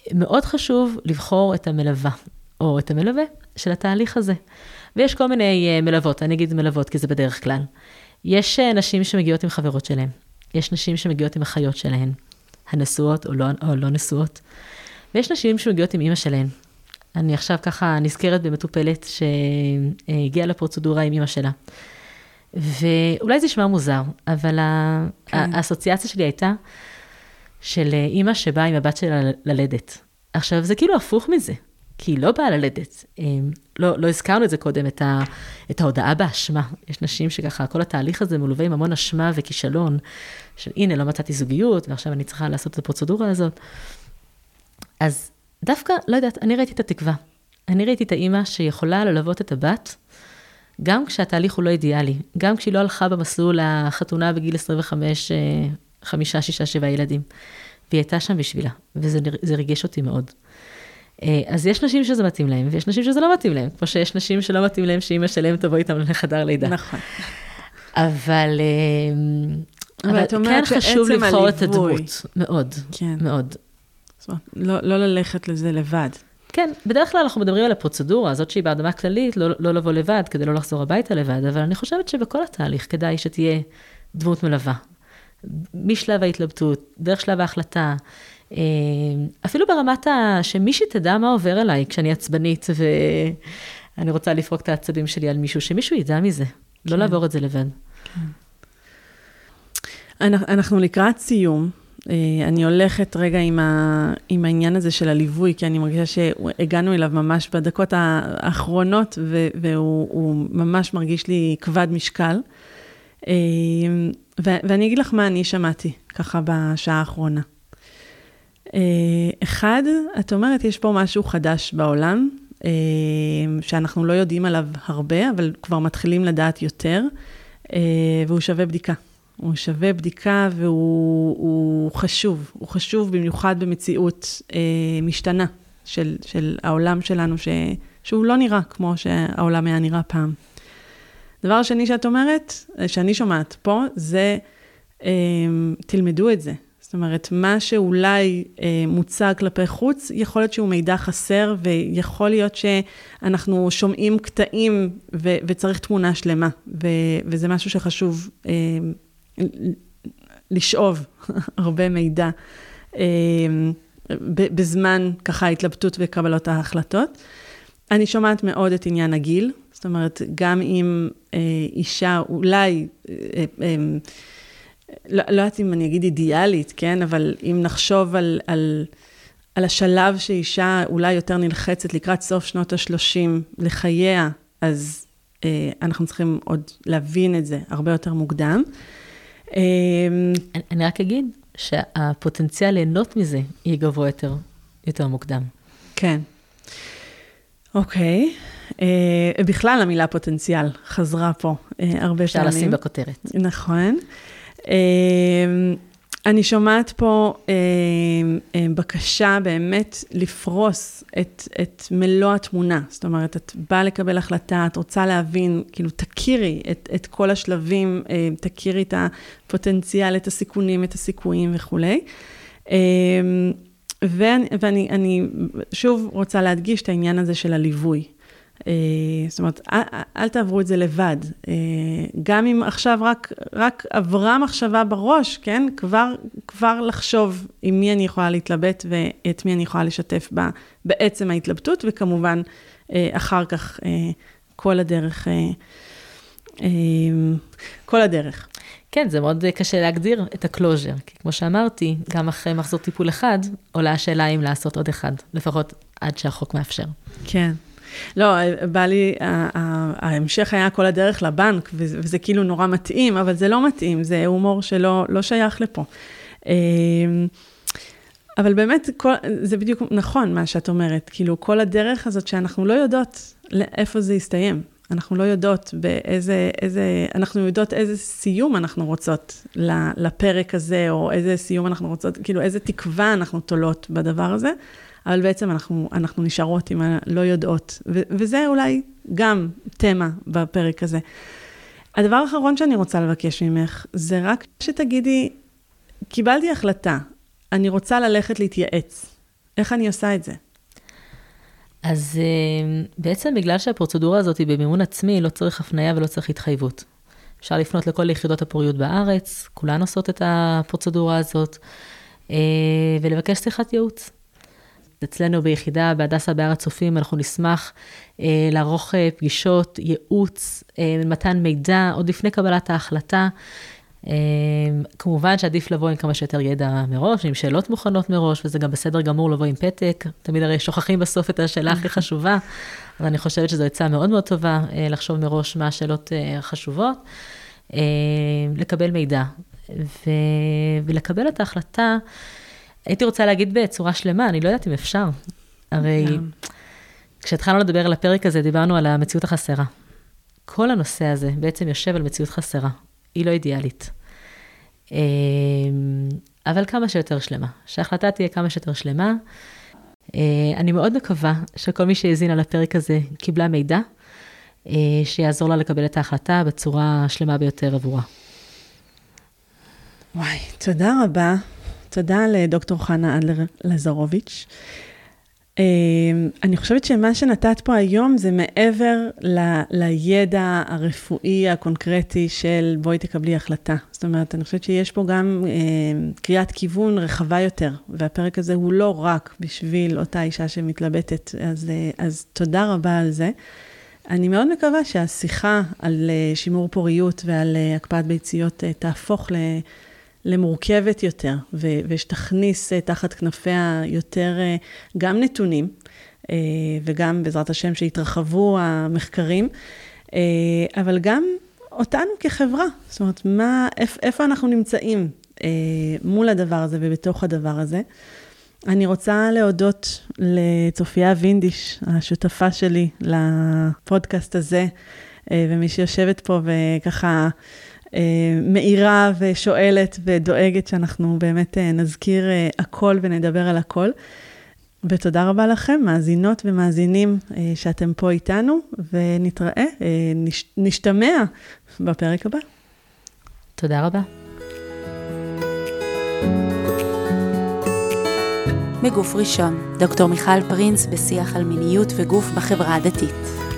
[SPEAKER 3] מאוד חשוב לבחור את המלווה, או את המלווה של התהליך הזה. ויש כל מיני מלוות, אני אגיד מלוות, כי זה בדרך כלל. יש נשים שמגיעות עם חברות שלהן, יש נשים שמגיעות עם אחיות שלהן, הנשואות או לא נשואות, ויש נשים שמגיעות עם אמא שלהן. אני עכשיו ככה נזכרת במטופלת שהגיעה לפרוצדורה עם אמא שלה. ואולי זה ישמע מוזר, אבל האסוציאציה שלי הייתה של אמא שבאה עם הבת שלה ללדת. עכשיו, זה כאילו הפוך מזה, כי היא לא באה ללדת. לא הזכרנו את זה קודם, את ההודעה באשמה. יש נשים שככה, כל התהליך הזה מלווה עם המון אשמה וכישלון, של הנה, לא מצאתי זוגיות, ועכשיו אני צריכה לעשות את הפרוצדורה הזאת. אז דווקא, לא יודעת, אני ראיתי את התקווה. אני ראיתי את האמא שיכולה ללוות את הבת, גם כשהתהליך הוא לא אידיאלי, גם כשהיא לא הלכה במסלול החתונה בגיל 25, 5, 6, 7 ילדים. והיא הייתה שם בשבילה, וזה ריגש אותי מאוד. אז יש נשים שזה מתאים להם, ויש נשים שזה לא מתאים להם, כמו שיש נשים שלא מתאים להם, שאמא שלהם תבוא איתם לחדר לידה.
[SPEAKER 2] נכון.
[SPEAKER 3] אבל כן חשוב לבחור את הדמות, מאוד, מאוד.
[SPEAKER 2] זאת אומרת, לא ללכת לזה לבד.
[SPEAKER 3] כן, בדרך כלל אנחנו מדברים על הפרוצדורה, הזאת שהיא בהרדמה כללית, לא לבוא לבד, כדי לא לחזור הביתה לבד, אבל אני חושבת שבכל התהליך כדאי שתהיה דמות מלווה. משלב ההתלבטות, דרך שלב ההחלטה, אפילו ברמת שמישהי תדע מה עובר אליי כשאני עצבנית, ואני רוצה לפרוק את העצבים שלי על מישהו, שמישהו ידע מזה, לא לעבור את זה לבד.
[SPEAKER 2] אנחנו לקראת סיום, אני הולכת רגע עם העניין הזה של הליווי, כי אני מרגישה שהגענו אליו ממש בדקות האחרונות, והוא ממש מרגיש לי כבד משקל. ואני אגיד לך מה אני שמעתי, ככה בשעה האחרונה. אחד, את אומרת, יש פה משהו חדש בעולם, שאנחנו לא יודעים עליו הרבה, אבל כבר מתחילים לדעת יותר, והוא שווה בדיקה. הוא שווה בדיקה והוא חשוב. הוא חשוב במיוחד במציאות משתנה של העולם שלנו, שהוא לא נראה כמו שהעולם היה נראה פעם. דבר השני שאת אומרת, שאני שומעת פה, זה תלמדו את זה. זאת אומרת, מה שאולי מוצג כלפי חוץ, יכול להיות שהוא מידע חסר, ויכול להיות שאנחנו שומעים קטעים, וצריך תמונה שלמה, וזה משהו שחשוב לשאוב הרבה מידע, בזמן ככה התלבטות וקבלות ההחלטות. אני שומעת מאוד את עניין הגיל, זאת אומרת, גם אם אישה אולי, לא יודעת אם אני אגיד אידיאלית, כן? אבל אם נחשוב על השלב שאישה אולי יותר נלחצת לקראת סוף שנות ה-30 לחייה, אז אנחנו צריכים עוד להבין את זה הרבה יותר מוקדם.
[SPEAKER 3] אני רק אגיד שהפוטנציאל ליהנות מזה יהיה גבוה יותר מוקדם.
[SPEAKER 2] כן. אוקיי. בכלל המילה פוטנציאל חזרה פה הרבה פעמים.
[SPEAKER 3] אפשר לשים בכותרת.
[SPEAKER 2] נכון. אני שומעת פה בקשה באמת לפרוס את מלוא התמונה. זאת אומרת, את באה לקבל החלטה, את רוצה להבין, כאילו תכירי את כל השלבים, תכירי את הפוטנציאל, את הסיכונים, את הסיכויים וכו'. ואני שוב רוצה להדגיש את העניין הזה של הליווי. זאת אומרת, אל תעברו את זה לבד. גם אם עכשיו רק עברה מחשבה בראש, כן? כבר לחשוב עם מי אני יכולה להתלבט ואת מי אני יכולה לשתף בעצם ההתלבטות, וכמובן אחר כך כל הדרך.
[SPEAKER 3] כן, זה מאוד קשה להגדיר את הקלוז'ר, כי כמו שאמרתי, גם אחרי מחזור טיפול אחד, עולה השאלה אם לעשות עוד אחד, לפחות עד שהחוק מאפשר.
[SPEAKER 2] כן. לא, בא לי, ההמשך היה כל הדרך לבנק, וזה כאילו נורא מתאים, אבל זה לא מתאים, זה הומור שלא שייך לפה. אבל באמת, זה בדיוק נכון מה שאת אומרת, כאילו כל הדרך הזאת שאנחנו לא יודעות לאיפה זה יסתיים. אנחנו לא יודעות אנחנו יודעות איזה סיום אנחנו רוצות לפרק הזה, או איזה סיום אנחנו רוצות, כאילו איזה תקווה אנחנו תולות בדבר הזה, אבל בעצם אנחנו נשארות עם הלא יודעות, וזה אולי גם תמה בפרק הזה. הדבר האחרון שאני רוצה לבקש ממך, זה רק שתגידי, קיבלתי החלטה, אני רוצה ללכת להתייעץ. איך אני עושה את זה?
[SPEAKER 3] אז בעצם בגלל שהפרוצדורה הזאת היא במימון עצמי, לא צריך הפניה ולא צריך התחייבות. אפשר לפנות לכל יחידות הפוריות בארץ, כולן עושות את הפרוצדורה הזאת, ולבקש שיחת ייעוץ. אצלנו ביחידה, בהדסה בהר הצופים, אנחנו נשמח לערוך פגישות, ייעוץ, מתן מידע, עוד לפני קבלת ההחלטה. כמובן שעדיף לבוא עם כמה שיותר ידע מראש, עם שאלות מוכנות מראש, וזה גם בסדר גמור לבוא עם פתק. תמיד הרי שוכחים בסוף את השאלה הכי חשובה, אבל אני חושבת שזו עצה מאוד מאוד טובה, לחשוב מראש מה השאלות החשובות, לקבל מידע, ולקבל את ההחלטה. הייתי רוצה להגיד בצורה שלמה, אני לא יודעת אם אפשר. הרי כשהתחלנו לדבר על הפרק הזה, דיברנו על המציאות החסרה. כל הנושא הזה בעצם יושב על מציאות חסרה. היא לא אידיאלית. אבל כמה שיותר שלמה. שההחלטה תהיה כמה שיותר שלמה. אני מאוד מקווה שכל מי שהזין על הפרק הזה קיבלה מידע, שיעזור לה לקבל את ההחלטה בצורה שלמה ביותר עבורה.
[SPEAKER 2] וואי, תודה רבה. תודה לדוקטור חנה אדלר לזרוביץ'. אני חושבת שמה שנתת פה היום זה מעבר לידע הרפואי הקונקרטי של בואי תקבלי החלטה. זאת אומרת, אני חושבת שיש פה גם קריאת כיוון רחבה יותר, והפרק הזה הוא לא רק בשביל אותה אישה שמתלבטת, אז תודה רבה על זה. אני מאוד מקווה שהשיחה על שימור פוריות ועל הקפאת ביציות תהפוך למורכבת יותר, ושתכניס תחת כנפיה יותר גם נתונים, וגם בעזרת השם שיתרחבו המחקרים, אבל גם אותנו כחברה. זאת אומרת, איפה אנחנו נמצאים מול הדבר הזה ובתוך הדבר הזה. אני רוצה להודות לצופיה וינדיש, השותפה שלי לפודקאסט הזה, ומי שיושבת פה וככה מאירה ושואלת ודואגת שאנחנו באמת נזכיר הכל ונדבר על הכל. ותודה רבה לכם, מאזינות ומאזינים שאתם פה איתנו, ונתראה, נשתמע בפרק הבא.
[SPEAKER 3] תודה רבה.
[SPEAKER 1] מגוף ראשון, דוקטור מיכל פרינס בשיח על מיניות וגוף בחברה הדתית.